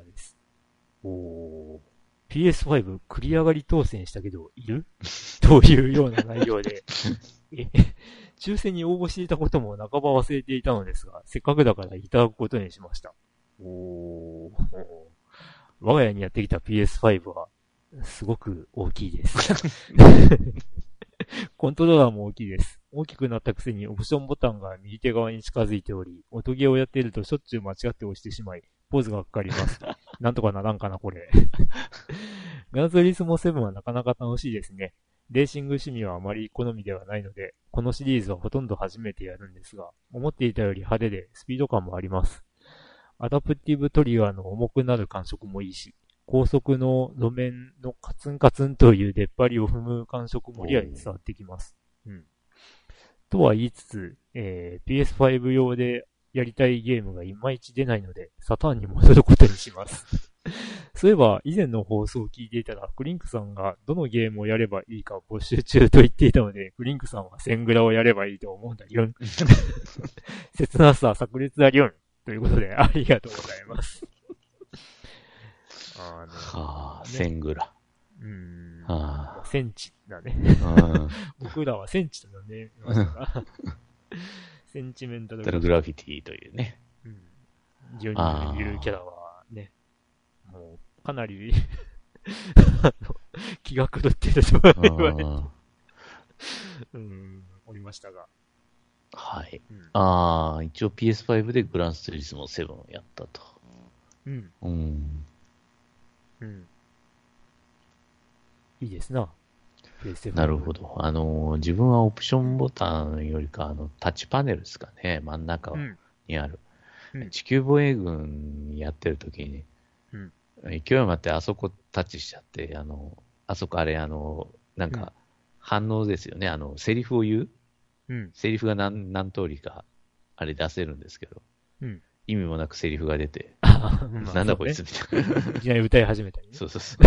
。PS5 繰り上がり当選したけど、いるというような内容で、抽選に応募していたことも半ば忘れていたのですが、せっかくだからいただくことにしました。我が家にやってきた PS5 は、すごく大きいです。コントローラーも大きいです。大きくなったくせにオプションボタンが右手側に近づいており、音ゲーをやっているとしょっちゅう間違って押してしまい、ポーズがかかります。なんとかならんかな、これ。グランツーリスモ7はなかなか楽しいですね。レーシング趣味はあまり好みではないので、このシリーズはほとんど初めてやるんですが、思っていたより派手でスピード感もあります。アダプティブトリガーの重くなる感触もいいし、高速の路面のカツンカツンという出っ張りを踏む感触もリアルに伝わってきます。とは言いつつ、PS5 用でやりたいゲームがいまいち出ないので、サターンに戻ることにします。そういえば、以前の放送を聞いていたら、クリンクさんがどのゲームをやればいいか募集中と言っていたので、クリンクさんはセングラをやればいいと思うんだよ。切なさ炸裂だよ。ということで、ありがとうございます。 セングラ。 センチだね。僕らはセンチと呼んでましたが。センチメンタルグラフィティというね。 ジョニーのいるキャラはね、もうかなり気が狂っていると言われておりましたが。 はい。一応 PS5 でグランツーリスモ7をやったと。 いいですな。 なるほど。自分はオプションボタンよりか、タッチパネルですかね、真ん中にある。地球防衛軍やってる時に、 うん。勢い余ってあそこタッチしちゃって、あそこあれ、なんか、反応ですよね。セリフを言う、うん、セリフが何通りか、あれ出せるんですけど、うん、意味もなくセリフが出て、なんだこいつみたいな。 いきなり歌い始めたりね。 そうそうそう。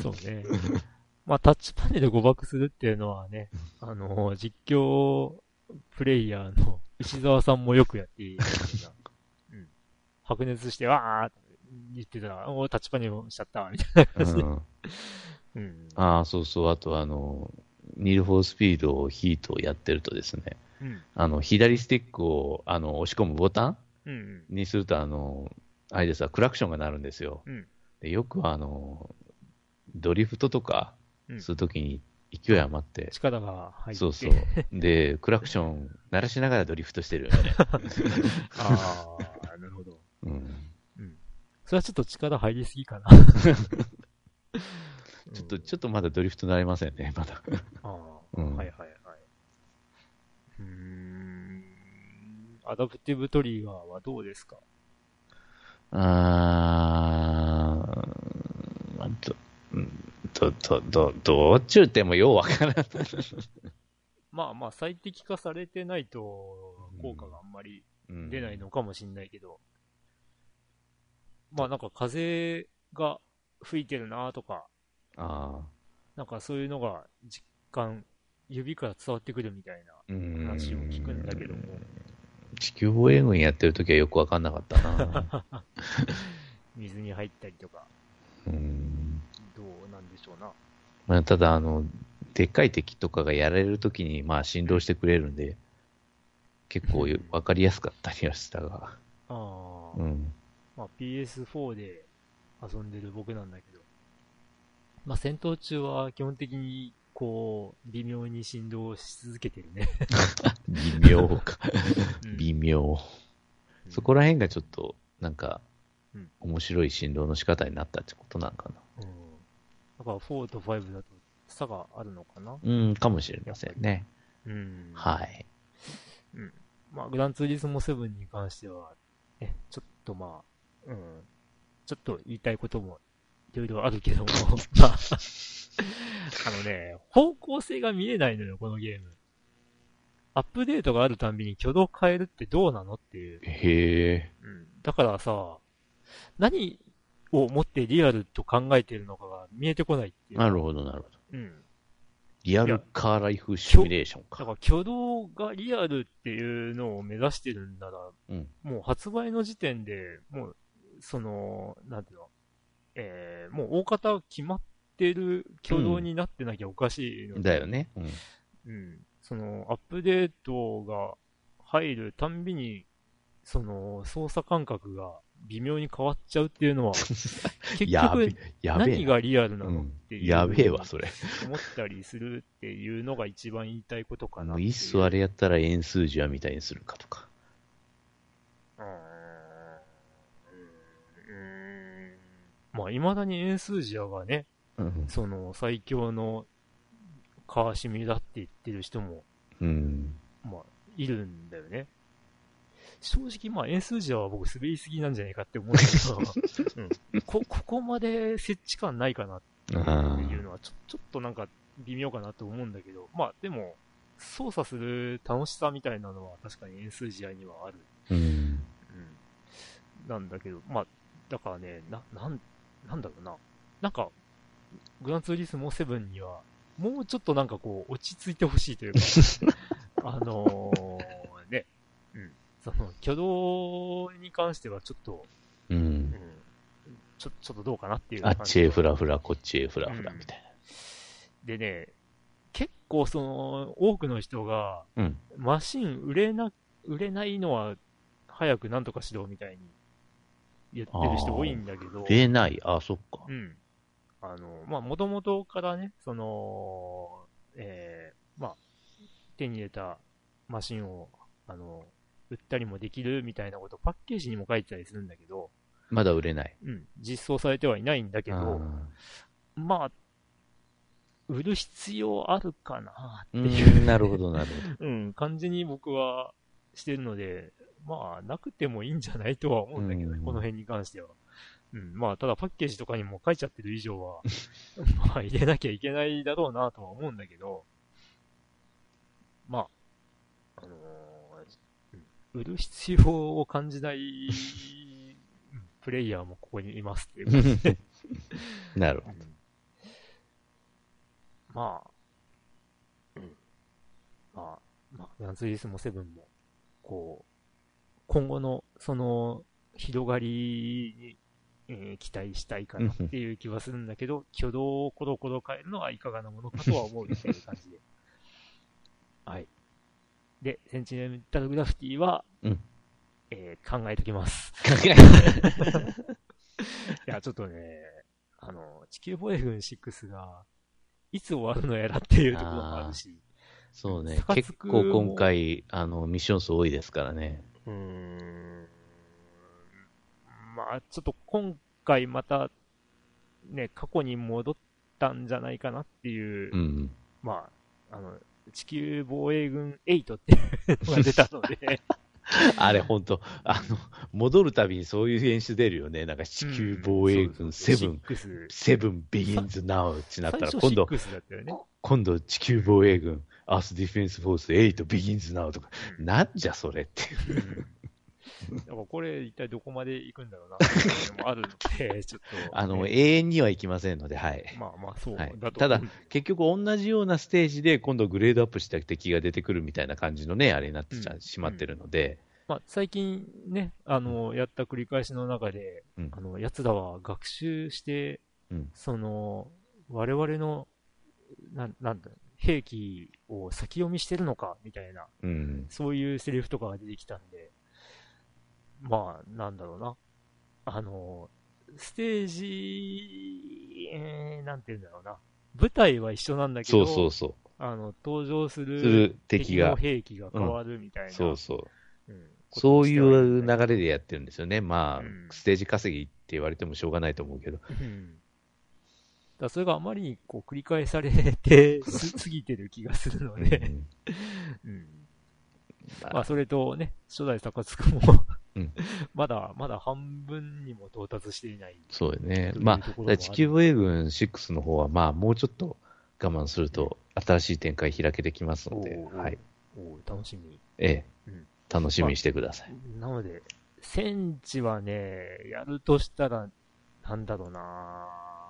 そうね。まあ、タッチパネルで誤爆するっていうのはね、実況プレイヤーの石沢さんもよくやっているような、うん。白熱して、わーって言ってたら、タッチパネルしちゃった、みたいな感じで。 うん、ああ、そうそう。あとニールフォースピードをヒートをやってるとですね、うん、左スティックを、押し込むボタン、にすると、あれですわ、クラクションが鳴るんですよ。うん、でよくドリフトとか、するときに勢い余って、 力が入って。 そうそう。で、クラクション鳴らしながらドリフトしてるよね。 ああ、なるほど。うん。うん。それはちょっと力入りすぎかな。 ちょっとまだドリフトなれませんね、まだ。 ああ、うん、はいはいはい。アダプティブトリガーはどうですか？ どっちゅうてもようわからん。 まあまあ、最適化されてないと、効果があんまり出ないのかもしんないけど、まあなんか風が吹いてるなとか、なんかそういうのが実感、指から伝わってくるみたいな話を聞くんだけども。 地球防衛軍やってるときはよくわかんなかったな。 水に入ったりとか。どうなんでしょうな。 まあ、ただでっかい敵とかがやられるときに、まあ振動してくれるんで、結構わかりやすかったりはしたが。 うん。まあ PS4 で遊んでる僕なんだけど、まあ戦闘中は基本的にこう、微妙に振動し続けてるね。 微妙か。微妙。そこら辺がちょっと、なんか、面白い振動の仕方になったってことなんかな。 だから4と5だと差があるのかな？ かもしれませんね。はい。 まあ、グランツーリスモ7に関しては、ちょっとまあ、ちょっと言いたいこともいろいろあるけども、まあ、方向性が見えないのよ、このゲーム。アップデートがあるたんびに挙動変えるってどうなのっていう。 へえ。 だからさ、何をもってリアルと考えているのかが見えてこないっていう。 なるほど、なるほど。リアルカーライフシミュレーションか。 だから挙動がリアルっていうのを目指してるんなら、もう発売の時点で、もう、なんていうの、もう大方決まってる挙動になってなきゃおかしいので、 だよね。 アップデートが入るたんびに、操作感覚が微妙に変わっちゃうっていうのは、結局、何がリアルなのっていう。 やべえわ、それ。 思ったりするっていうのが一番言いたいことかな。 もういっそあれやったら円数字はみたいにするかとか。 まあ、未だに円数字がね、最強のカーシミだって言ってる人も、まあ、いるんだよね。正直、まあ、円数字は僕滑りすぎなんじゃないかって思うんだけど、ここまで設置感ないかなっていうのは、ちょっとなんか微妙かなと思うんだけど、まあ、でも、操作する楽しさみたいなのは確かに円数字にはある。なんだけど、まあ、だからね、なんだろうな。なんか、グランツーリスモ7には、もうちょっとなんかこう、落ち着いてほしいというか、ね、挙動に関してはちょっと、ちょっとどうかなっていう感じ。あっちへフラフラ、こっちへフラフラみたいな。 でね、結構多くの人が、マシン売れないのは、早くなんとかしろみたいに言ってる人多いんだけど。 売れない、そっか。 まあ、もともとからね、まあ、手に入れたマシンを、売ったりもできるみたいなことをパッケージにも書いてたりするんだけど。 まだ売れない。 実装されてはいないんだけど、まあ、売る必要あるかなっていう。 なるほど、なるほど。感じに僕はしてるので、まあ、なくてもいいんじゃないとは思うんだけどね、この辺に関しては。 うん。まあ、ただパッケージとかにも書いちゃってる以上は、まあ、入れなきゃいけないだろうなとは思うんだけど、まあ、売る必要を感じないプレイヤーもここにいますっていう感じで。 なるほど。 まあ、まあ、グランツーリスモ7も、こう、今後の、その、広がりに、期待したいかなっていう気はするんだけど、挙動をコロコロ変えるのはいかがなものかとは思うっていう感じで。はい。で、センチネンタルグラフィティは、考えときます。いや、ちょっとね、地球防衛軍6が、いつ終わるのやらっていうところもあるし。 そうね。結構今回、ミッション数多いですからね。 まあ、ちょっと今回また、ね、過去に戻ったんじゃないかなっていう、まあ、地球防衛軍8っていうのが出たので。 あれ、ほんと、戻るたびにそういう演出出るよね。なんか、地球防衛軍7 begins now ってなったら、今度、地球防衛軍、Earth Defense Force 8 begins now とか、なんじゃそれっていう。 だからこれ一体どこまで行くんだろうなっていうのもあるので、ちょっと、 ね。永遠にはいきませんので、はい。 まあまあそうだと、 ただ、結局同じようなステージで今度グレードアップした敵が出てくるみたいな感じのね、あれになってしまってるので。 まあ最近ね、やった繰り返しの中で、奴らは学習して、その、我々の、なんだ、兵器を先読みしてるのか、みたいな、そういうセリフとかが出てきたんで、まあ、なんだろうな。ステージ、なんて言うんだろうな。舞台は一緒なんだけど、登場する敵の兵器が変わるみたいな。 そういう流れでやってるんですよね。まあ、ステージ稼ぎって言われてもしょうがないと思うけど。 だそれがあまりにこう繰り返されてすぎてる気がするので、まあ、それとね、初代高津もまだ半分にも到達していない。 そうね。まあ、地球防衛軍6の方は、まあ、もうちょっと我慢すると、新しい展開開けてきますので、はい。 楽しみ。 楽しみにしてください。 なので、戦地はね、やるとしたら、なんだろうな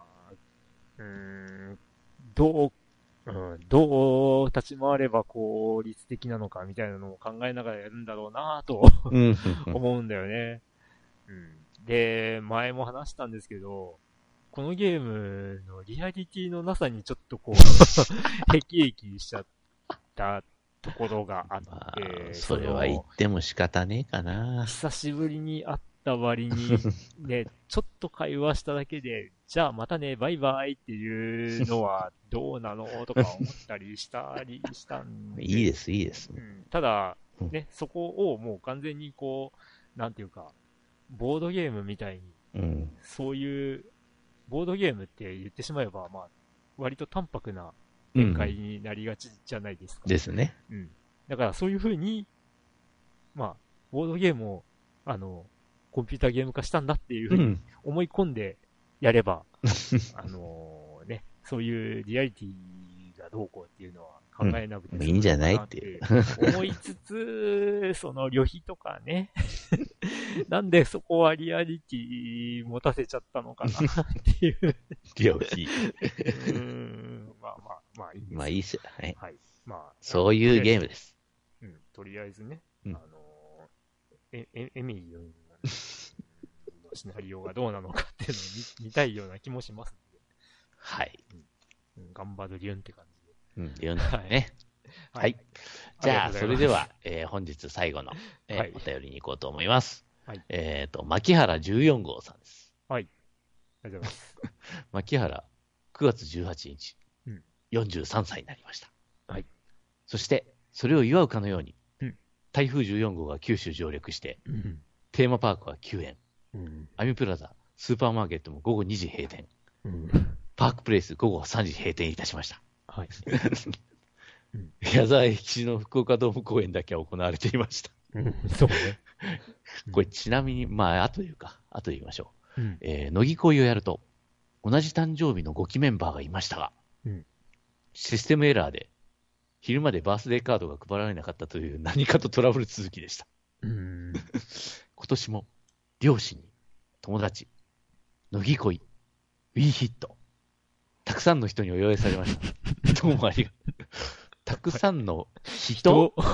どう立ち回れば効率的なのかみたいなのを考えながらやるんだろうなと思うんだよね。で、前も話したんですけど、このゲームのリアリティのなさにちょっとこう、へきへきしちゃったところがあって、 それは言っても仕方ねえかな。 久しぶりに会った割に、ね、ちょっと会話しただけで、じゃあまたね、バイバイっていうのはどうなのとか思ったりしたんで。 いいです、いいです。 ただ、ね、そこをもう完全にこう、なんていうか、ボードゲームみたいに、そういう、ボードゲームって言ってしまえば、まあ、割と淡白な展開になりがちじゃないですか。 ですね。 だからそういう風に、まあ、ボードゲームを、コンピューターゲーム化したんだっていう風に思い込んでやれば、ね、そういうリアリティがどうこうっていうのは考えなくていいんじゃないっていう思いつつ、その旅費とかね、なんでそこはリアリティ持たせちゃったのかなっていう。 旅費。 まあいいです。 まあいいっすよ。はい。 まあ、 そういうゲームです。 とりあえずね、エミリーのシナリオがどうなのかっていうのを見たいような気もしますので。 はい。 頑張るリュンって感じで。リュンね。はい。じゃあ、それでは、本日最後の、お便りに行こうと思います。牧原14号さんです。 はい。ありがとうございます。 牧原、9月18日、43歳になりました。 はい。 そして、それを祝うかのように、台風14号が九州上陸して、テーマパークは休園。アミプラザ、スーパーマーケットも午後2時閉店。パークプレイス午後3時閉店いたしました。 はい。 矢沢永吉の福岡ドーム公演だけは行われていました。 そうね。 これちなみに、まあ、後言いましょ乃木恋をやると、同じ誕生日の5期メンバーがいましたが、システムエラーで、昼までバースデーカードが配られなかったという何かとトラブル続きでした。今年も、両親に、友達、乃木恋、ウィーヒット、たくさんの人にお祝いされました。どうもありがとう。たくさんの人フ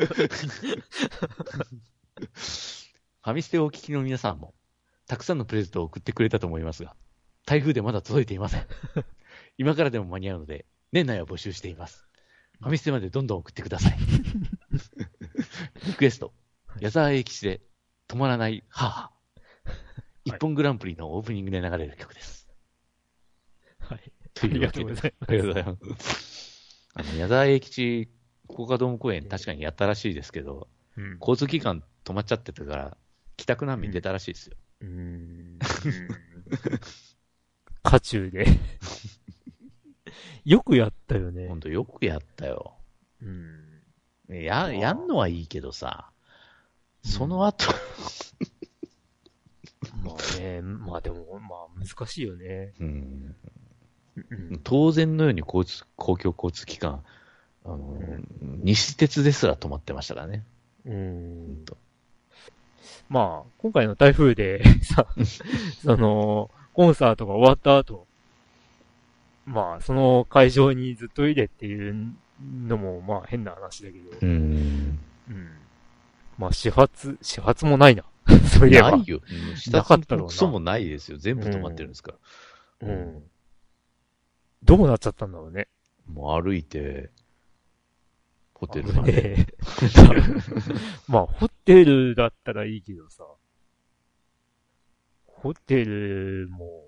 ァミステをお聞きの皆さんも、たくさんのプレゼントを送ってくれたと思いますが、台風でまだ届いていません。今からでも間に合うので、年内は募集しています。ファミステまでどんどん送ってください。リクエスト、矢沢永吉で、止まらない母。一本グランプリのオープニングで流れる曲です。 はい。 というわけで、ありがとうございます。矢沢永吉、福岡ドーム公演確かにやったらしいですけど、交通機関止まっちゃってたから、帰宅難民出たらしいですよ。 渦中で。よくやったよね。 ほんとよくやったよ。やんのはいいけどさ、その後まあね、まあでも、まあ難しいよね。 当然のように公共交通機関、西鉄ですら止まってましたからね。 まあ、今回の台風でさ、コンサートが終わった後、まあ、その会場にずっといれっていうのも、まあ変な話だけど。まあ、始発もないな。そういえば。 ないよ。なかったろうな。クソもないですよ。全部止まってるんですから。 どうなっちゃったんだろうね。 もう歩いて、ホテルまで。 まあ、ホテルだったらいいけどさ。ホテルも、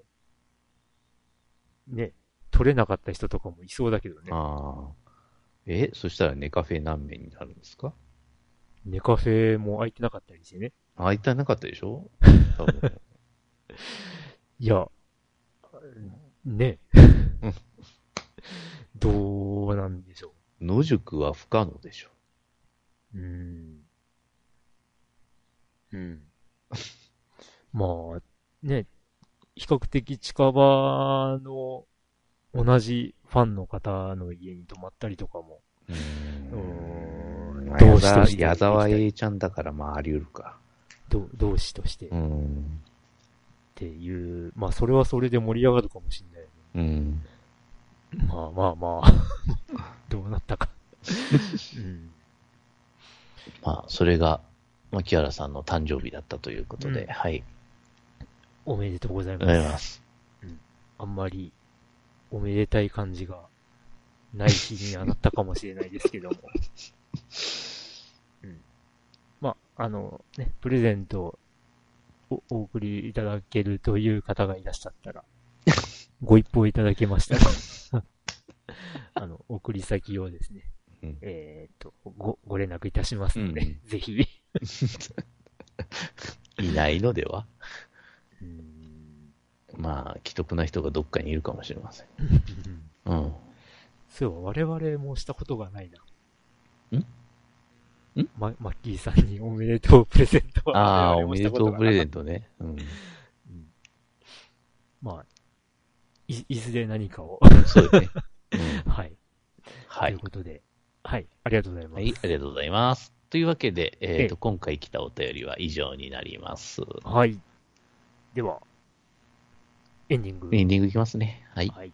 ね、取れなかった人とかもいそうだけどね。 そしたらネカフェ何名になるんですか？ ネカフェも空いてなかったりしてね。 空いてなかったでしょ？多分いや、ね。どうなんでしょう。野宿は不可能でしょ。 まあ、ね、比較的近場の同じファンの方の家に泊まったりとかも。 同志として。矢沢永ちゃんだからまああり得るか。 同志として。っていう、まあそれはそれで盛り上がるかもしれない、ね。まあ、どうなったか。 まあ、それが、牧原さんの誕生日だったということで、はい。 おめでとうございます。ありがとうございます。あんまり、おめでたい感じがない日にはなったかもしれないですけども。まあ、ね、プレゼントをお送りいただけるという方がいらっしゃったら、ご一報いただけましたら、送り先をですね、ご連絡いたしますので、ぜひ。 いないのでは？まあ、既得な人がどっかにいるかもしれません。 そう、我々もしたことがないな。マッキーさんにおめでとうプレゼントは。おめでとうプレゼントね。 まあ、いずれ何かを。 そうですね。 はい。ということで、はい、ありがとうございます。 はい、ありがとうございます。というわけで、今回来たお便りは以上になります。 はい。では、エンディング。 エンディングいきますね。はい。はい、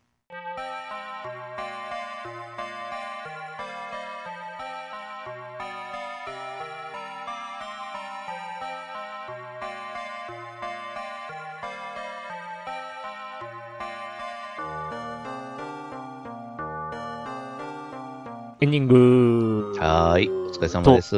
エンディング。 はい。お疲れ様です。 はい、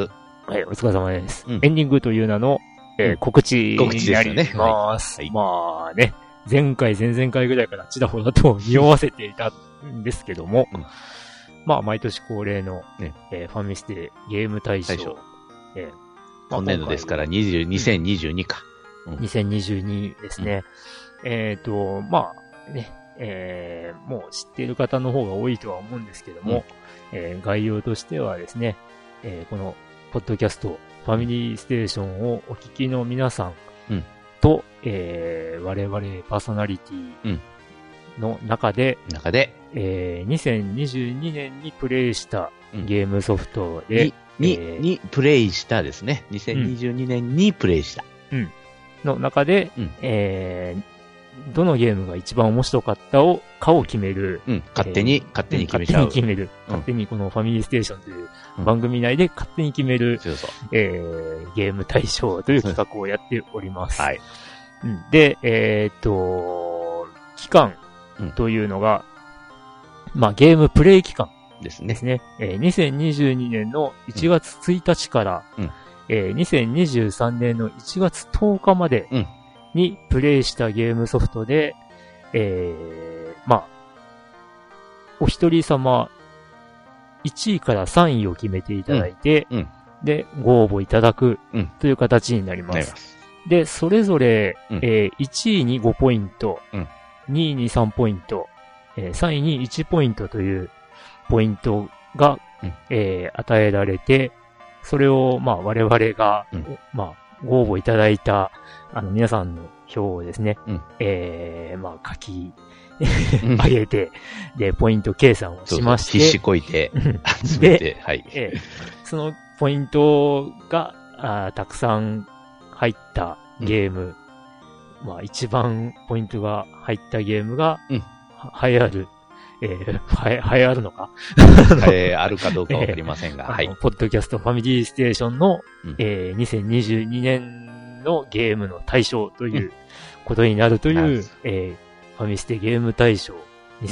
お疲れ様です。エンディングという名の、告知になります。まあね、前回、前々回ぐらいからちらほらと匂わせていたんですけども、まあ、毎年恒例の、ファミステゲーム大賞。 今年度ですから、2022か。 2022ですね。まあ、ね、もう知っている方の方が多いとは思うんですけども、概要としてはですね、この、ポッドキャスト、ファミリーステーションをお聞きの皆さんと、我々パーソナリティの中で、2022年にプレイしたゲームソフトで、 にプレイしたですね。2022年にプレイした。 の中で、どのゲームが一番面白かったかを決める。 勝手に決めちゃう。 勝手にこのファミリーステーションという番組内で勝手に決める、ゲーム大賞という企画をやっております。はい。で、期間というのが、まあ、ゲームプレイ期間ですね。2022年の1月1日から、2023年の1月10日までにプレイしたゲームソフトで、まあ、お一人様1位から3位を決めていただいて、で、ご応募いただくという形になります。で、それぞれ、1位に5ポイント、2位に3ポイント、3位に1ポイントというポイントが、与えられて、それを、まあ、我々が、まあ、ご応募いただいた、皆さんの票をですね、まあ、書き上げて、で、ポイント計算をしまして、 必死こいて、集めて、はい。 そのポイントが、たくさん入ったゲーム、まあ、一番ポイントが入ったゲームが、流行る。流行るのかあるかどうかわかりませんが、はい。 ポッドキャストファミリーステーションの、2022年のゲームの大賞ということになるという、ファミステゲーム大賞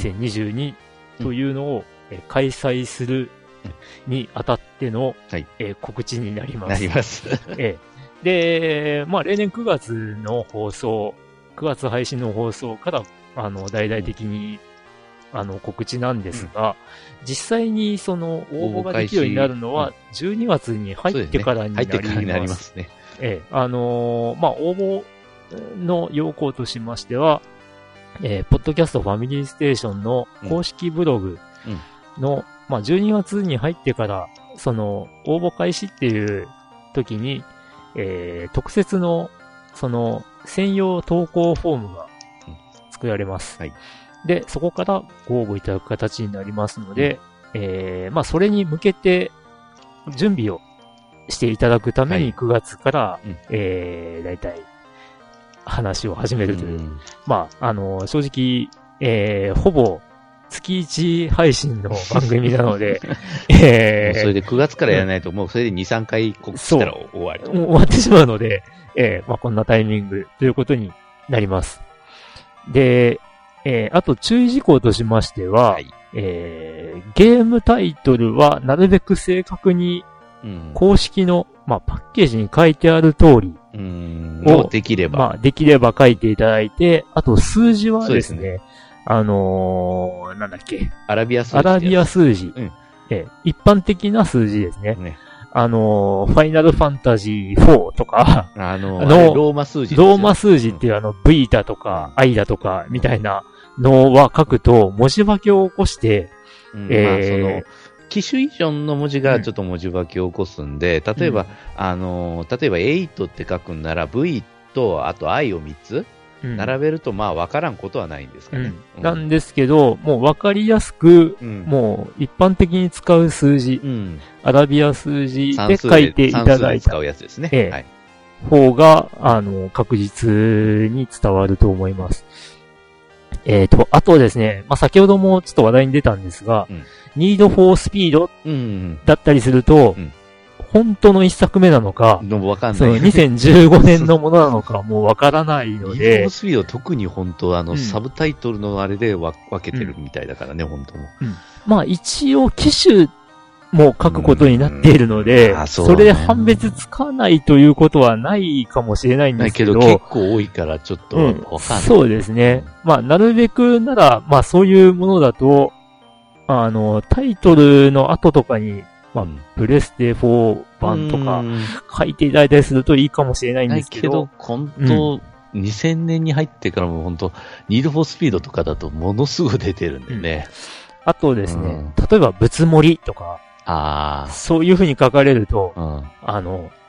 2022というのを、開催するにあたっての、告知になります。 なります。 で、まあ、例年9月の放送、9月配信の放送から、大々的に、告知なんですが、実際にその応募ができるようになるのは、12月に入ってからになります。入ってからになりますね。まあ、応募の要項としましては、ポッドキャストファミリーステーションの公式ブログの、まあ、12月に入ってから、その、応募開始っていう時に、特設の、その、専用投稿フォームが作られます。で、そこからご応募いただく形になりますので、まあ、それに向けて、準備をしていただくために9月から、だいたい話を始めるという。まあ、正直、ほぼ月1配信の番組なので、 それで9月からやらないと、もうそれで2、3回告知したら終わり。 終わってしまうので、まあ、こんなタイミングということになります。で、あと注意事項としましては、ゲームタイトルはなるべく正確に公式の、まあ、パッケージに書いてある通りをできれば、 まあ、できれば書いていただいて、あと数字はですね、なんだっけ、 アラビア数字、一般的な数字ですね。ファイナルファンタジー4とか、 ローマ数字、 ローマ数字っていうV だとか、I だとか、みたいなのは書くと、文字化けを起こして、 まあ、その、機種以上の文字がちょっと文字化けを起こすんで、例えば、8って書くんなら V と、あと I を3つ並べると、まあ、わからんことはないんですかね。 なんですけど、もうわかりやすく、もう一般的に使う数字、アラビア数字で書いていただいた。 使うやつですね。 方が、確実に伝わると思います。あとですね、まあ、先ほどもちょっと話題に出たんですが、Need for Speed だったりすると、本当の一作目なのか、 わかんない。 その2015年のものなのかもうわからないので。 Need for Speed は特に本当サブタイトルのあれで分けてるみたいだからね、本当も。 まあ一応機種も書くことになっているので、それで判別つかないということはないかもしれないんですけど。 だけど結構多いからちょっとわかんない。 そうですね。まあなるべくなら、まあそういうものだと、タイトルの後とかに、まあ、プレステ4版とか書いていただいたりするといいかもしれないんですけど。 だけど、本当、2000年に入ってからも本当、ニードフォースピードとかだとものすぐ出てるんでね。 あとですね、例えば、ぶつもりとか、そういう風に書かれると、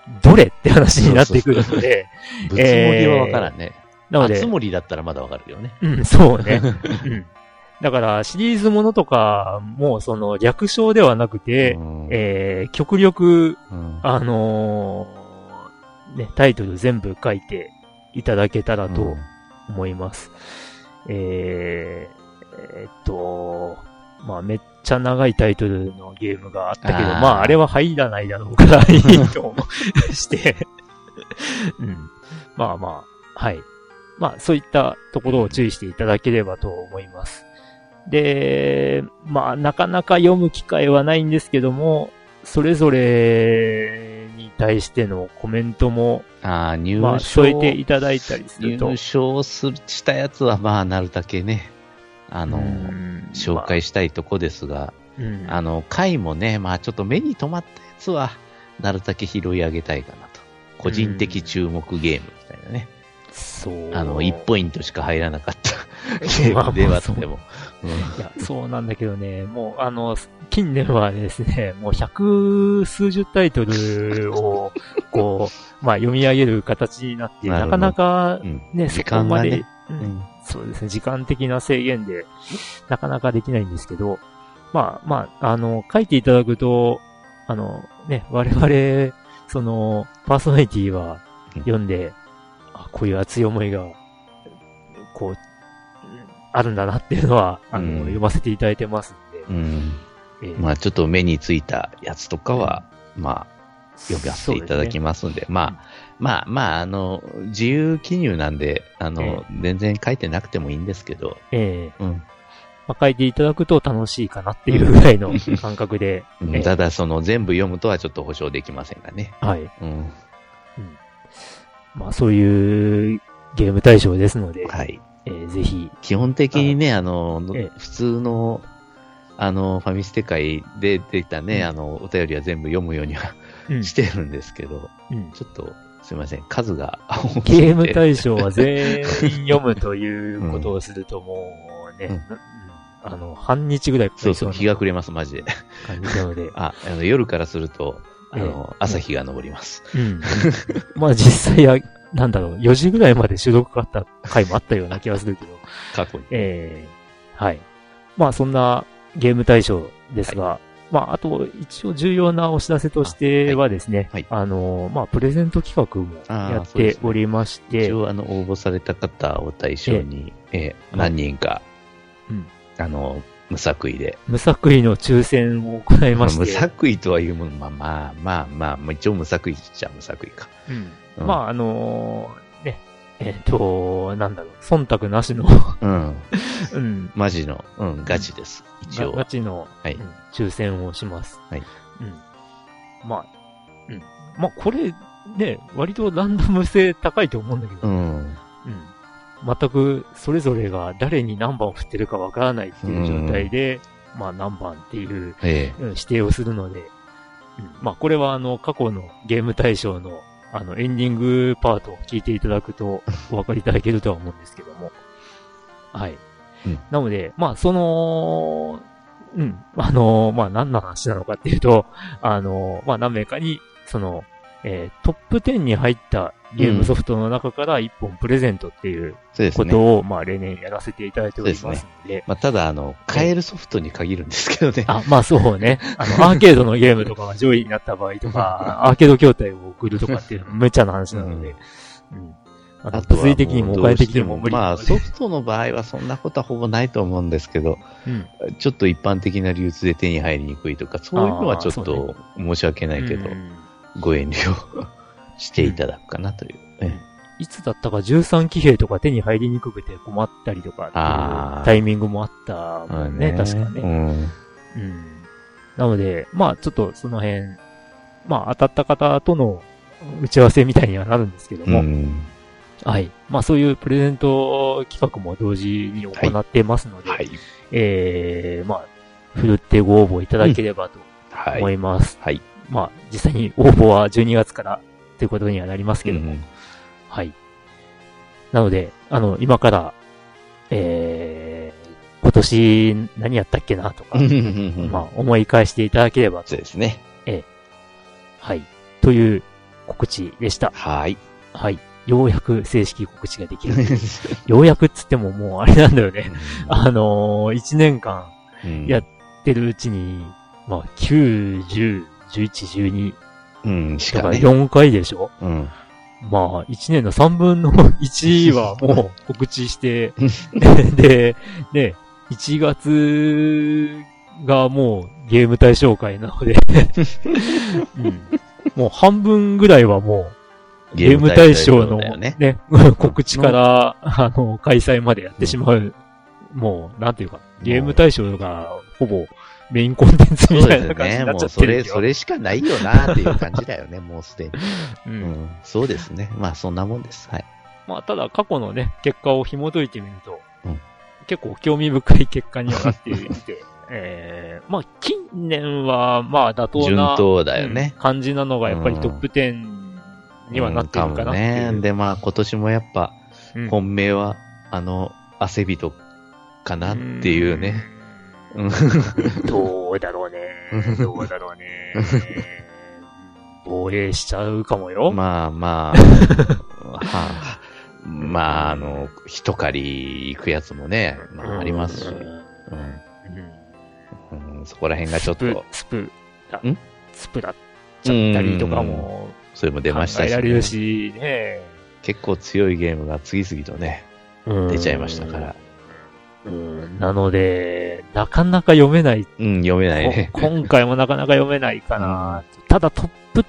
どれって話になってくるので。 ぶつ盛りはわからんね。 なので。 つ盛りだったらまだわかるよね。 うん、そうね。うん。だから、シリーズものとかも、その、略称ではなくて、極力、ね、タイトル全部書いていただけたらと思います。まあ、めっちゃ長いタイトルのゲームがあったけど、まあ、あれは入らないだろうからいいとして、うん。まあまあ、はい。まあ、そういったところを注意していただければと思います。で、まあ、なかなか読む機会はないんですけども、それぞれに対してのコメントも、 入まあ、添えていただいたりすると。 入賞したやつは、まあ、なるだけね、紹介したいとこですが、回もね、まあ、ちょっと目に留まったやつは、なるだけ拾い上げたいかなと。個人的注目ゲームみたいなね。 そう。 1ポイントしか入らなかったゲームではあっても。 いや、そうなんだけどね、もう近年はですね、もう100数十タイトルを、こう、まあ読み上げる形になって、なかなかね、そこまで、そうですね、時間的な制限で、なかなかできないんですけど、まあ、書いていただくと、ね、我々、その、パーソナリティは読んで、こういう熱い思いが、こう、あるんだなっていうのは、読ませていただいてますんで。まあちょっと目についたやつとかは、まあ、読ませていただきますんで、まあ、自由記入なんで、全然書いてなくてもいいんですけど、 まあ、書いていただくと楽しいかなっていうぐらいの感覚で。 ただ、全部読むとはちょっと保証できませんがね。 はい。まあ、そういうゲーム対象ですので、 はい。 ぜひ。 基本的にね、普通の、ファミステ界で出たね、お便りは全部読むようにはしてるんですけど、ちょっと、すいません、数が多くて。 ゲーム対象は全員読むということをするともうね、半日ぐらいかかりそう、日が暮れます、マジで。 感じなので。 夜からすると、朝日が昇ります。 まあ実際は、なんだろう、4時ぐらいまで収録かかった回もあったような気がするけど。 過去に。 はい。まあそんなゲーム対象ですが、まああと一応重要なお知らせとしてはですね、まあプレゼント企画もやっておりまして、 一応応募された方を対象に、何人か、無作為で。 無作為の抽選を行いまして。 無作為とはいうもの、まあ、一応無作為っちゃ無作為か。 まあね、なんだろう、忖度なしのマジの、ガチです。一応。 ガチの、抽選をします。はい。まあ、これ、ね、割とランダム性高いと思うんだけど。全くそれぞれが誰に何番を振ってるかわからないっていう状態で、まあ何番っていう指定をするので、まあこれは過去のゲーム大賞のエンディングパートを聞いていただくとお分かりいただけるとは思うんですけども。はい。なので、まあまあ何の話なのかっていうと、まあ何名かに、トップ10に入ったゲームソフトの中から1本プレゼントっていうことを、まあ例年やらせていただいておりますので。 まあただ買えるソフトに限るんですけどね。 まあそうね。アーケードのゲームとかが上位になった場合とか、アーケード筐体を送るとかっていうのも無茶な話なので。物理的にもお金的にも無理。 まあソフトの場合はそんなことはほぼないと思うんですけど、ちょっと一般的な流通で手に入りにくいとか、そういうのはちょっと申し訳ないけど、ご遠慮していただくかなという。 いつだったか13騎兵とか手に入りにくくて困ったりとかっていうタイミングもあったもんね、確かね。なので、まあちょっとその辺、まあ当たった方との打ち合わせみたいにはなるんですけども、はい。まあそういうプレゼント企画も同時に行っていますので、まあ、ふるってご応募いただければと思います。はい。まあ、実際に応募は12月からということにはなりますけども。はい。なので、今から、今年何やったっけなとか、まあ、思い返していただければと。 そうですね。 はい。という告知でした。 はい。 はい。ようやく正式告知ができる。ようやくっつってももうあれなんだよね。1年間やってるうちに、まあ、9、10、11、12。しかね。だから4回でしょ？まあ、1年の3分の1はもう告知して、で、ね、1月がもうゲーム対象会なので、もう半分ぐらいはもう、ゲーム対象のね、告知から、開催までやってしまう。もう、なんていうか、ゲーム対象がほぼメインコンテンツみたいな感じになっちゃってるよ。 それしかないよなっていう感じだよね、もうすでに。そうですね。まあ、そんなもんです。はい。 まあ、ただ過去のね、結果を紐解いてみると、結構興味深い結果にはなっていて、まあ、近年は、まあ、妥当な順当だよね、 感じなのが、やっぱりトップ10にはなってるかなっていう。 ね。で、まあ、今年もやっぱ、本命は、汗人かなっていうね。 どうだろうね。防衛しちゃうかもよ。 まあ、まあ、一狩り行くやつもね、ありますし。そこら辺がちょっと。 スプラっちゃったりとかも。 それも出ましたし、 考えられるし、ね。 結構強いゲームが次々とね、出ちゃいましたから。 なので、なかなか読めない。 読めないね。 今回もなかなか読めないかな。ただトップ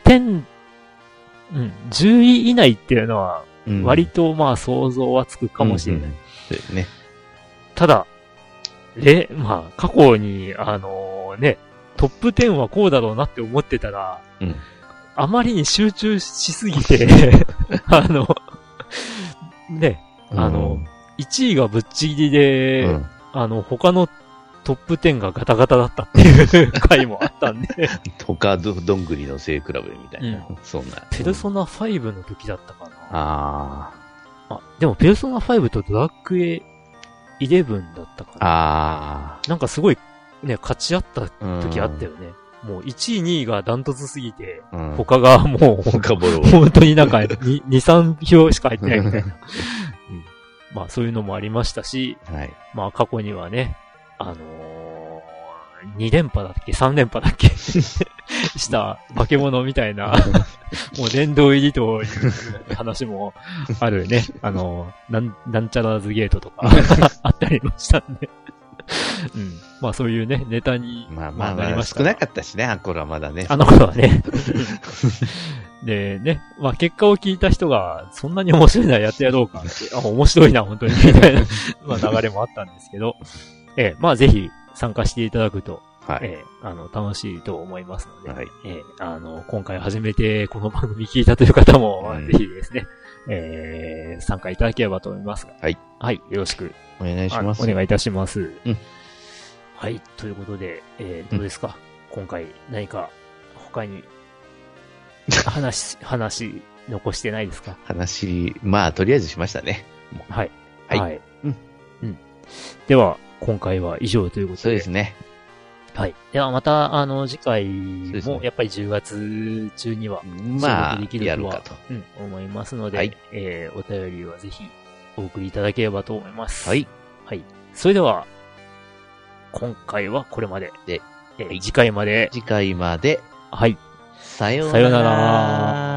10、10位以内っていうのは、割とまあ想像はつくかもしれない。 そうですね。 ただ、まあ過去に、トップ10はこうだろうなって思ってたら、あまりに集中しすぎて、1位がぶっちぎりで、他のトップ10がガタガタだったっていう回もあったんで。 他どんぐりの背比べみたいな。そんな。 ペルソナ5の時だったかな。でもペルソナ5とドラッグエ11だったかな。なんかすごいね、勝ち合った時あったよね。もう1位、2位がダントツすぎて、他がもう、本当になんか2、3票しか入ってないみたいな。まあそういうのもありましたし、まあ過去にはね、2連覇だっけ ?3 連覇だっけした化け物みたいな、もう殿堂入りという話もあるね。なんちゃらズゲートとかあったりもしたんで。まあそういうね、ネタになりました。少なかったしね、あの頃はまだね。 あの頃はね。でね、まあ結果を聞いた人が、そんなに面白いならやってやろうかって、面白いな、本当に、みたいな、まあ流れもあったんですけど、まあぜひ参加していただくと、楽しいと思いますので、今回初めてこの番組聞いたという方も、ぜひですね、参加いただければと思いますが、はい、よろしく。 お願いします。 お願いいたします。はい、ということで、どうですか、今回何か他に話残してないですか？ まあとりあえずしましたね。 はい。では今回は以上ということで。 そうですね。 はい。ではまた次回もやっぱり10月中にはまあできるとは思いますので、お便りはぜひお送りいただければと思います。はい。はい。それでは、今回はこれまで。で、次回まで。 はい。 さようなら。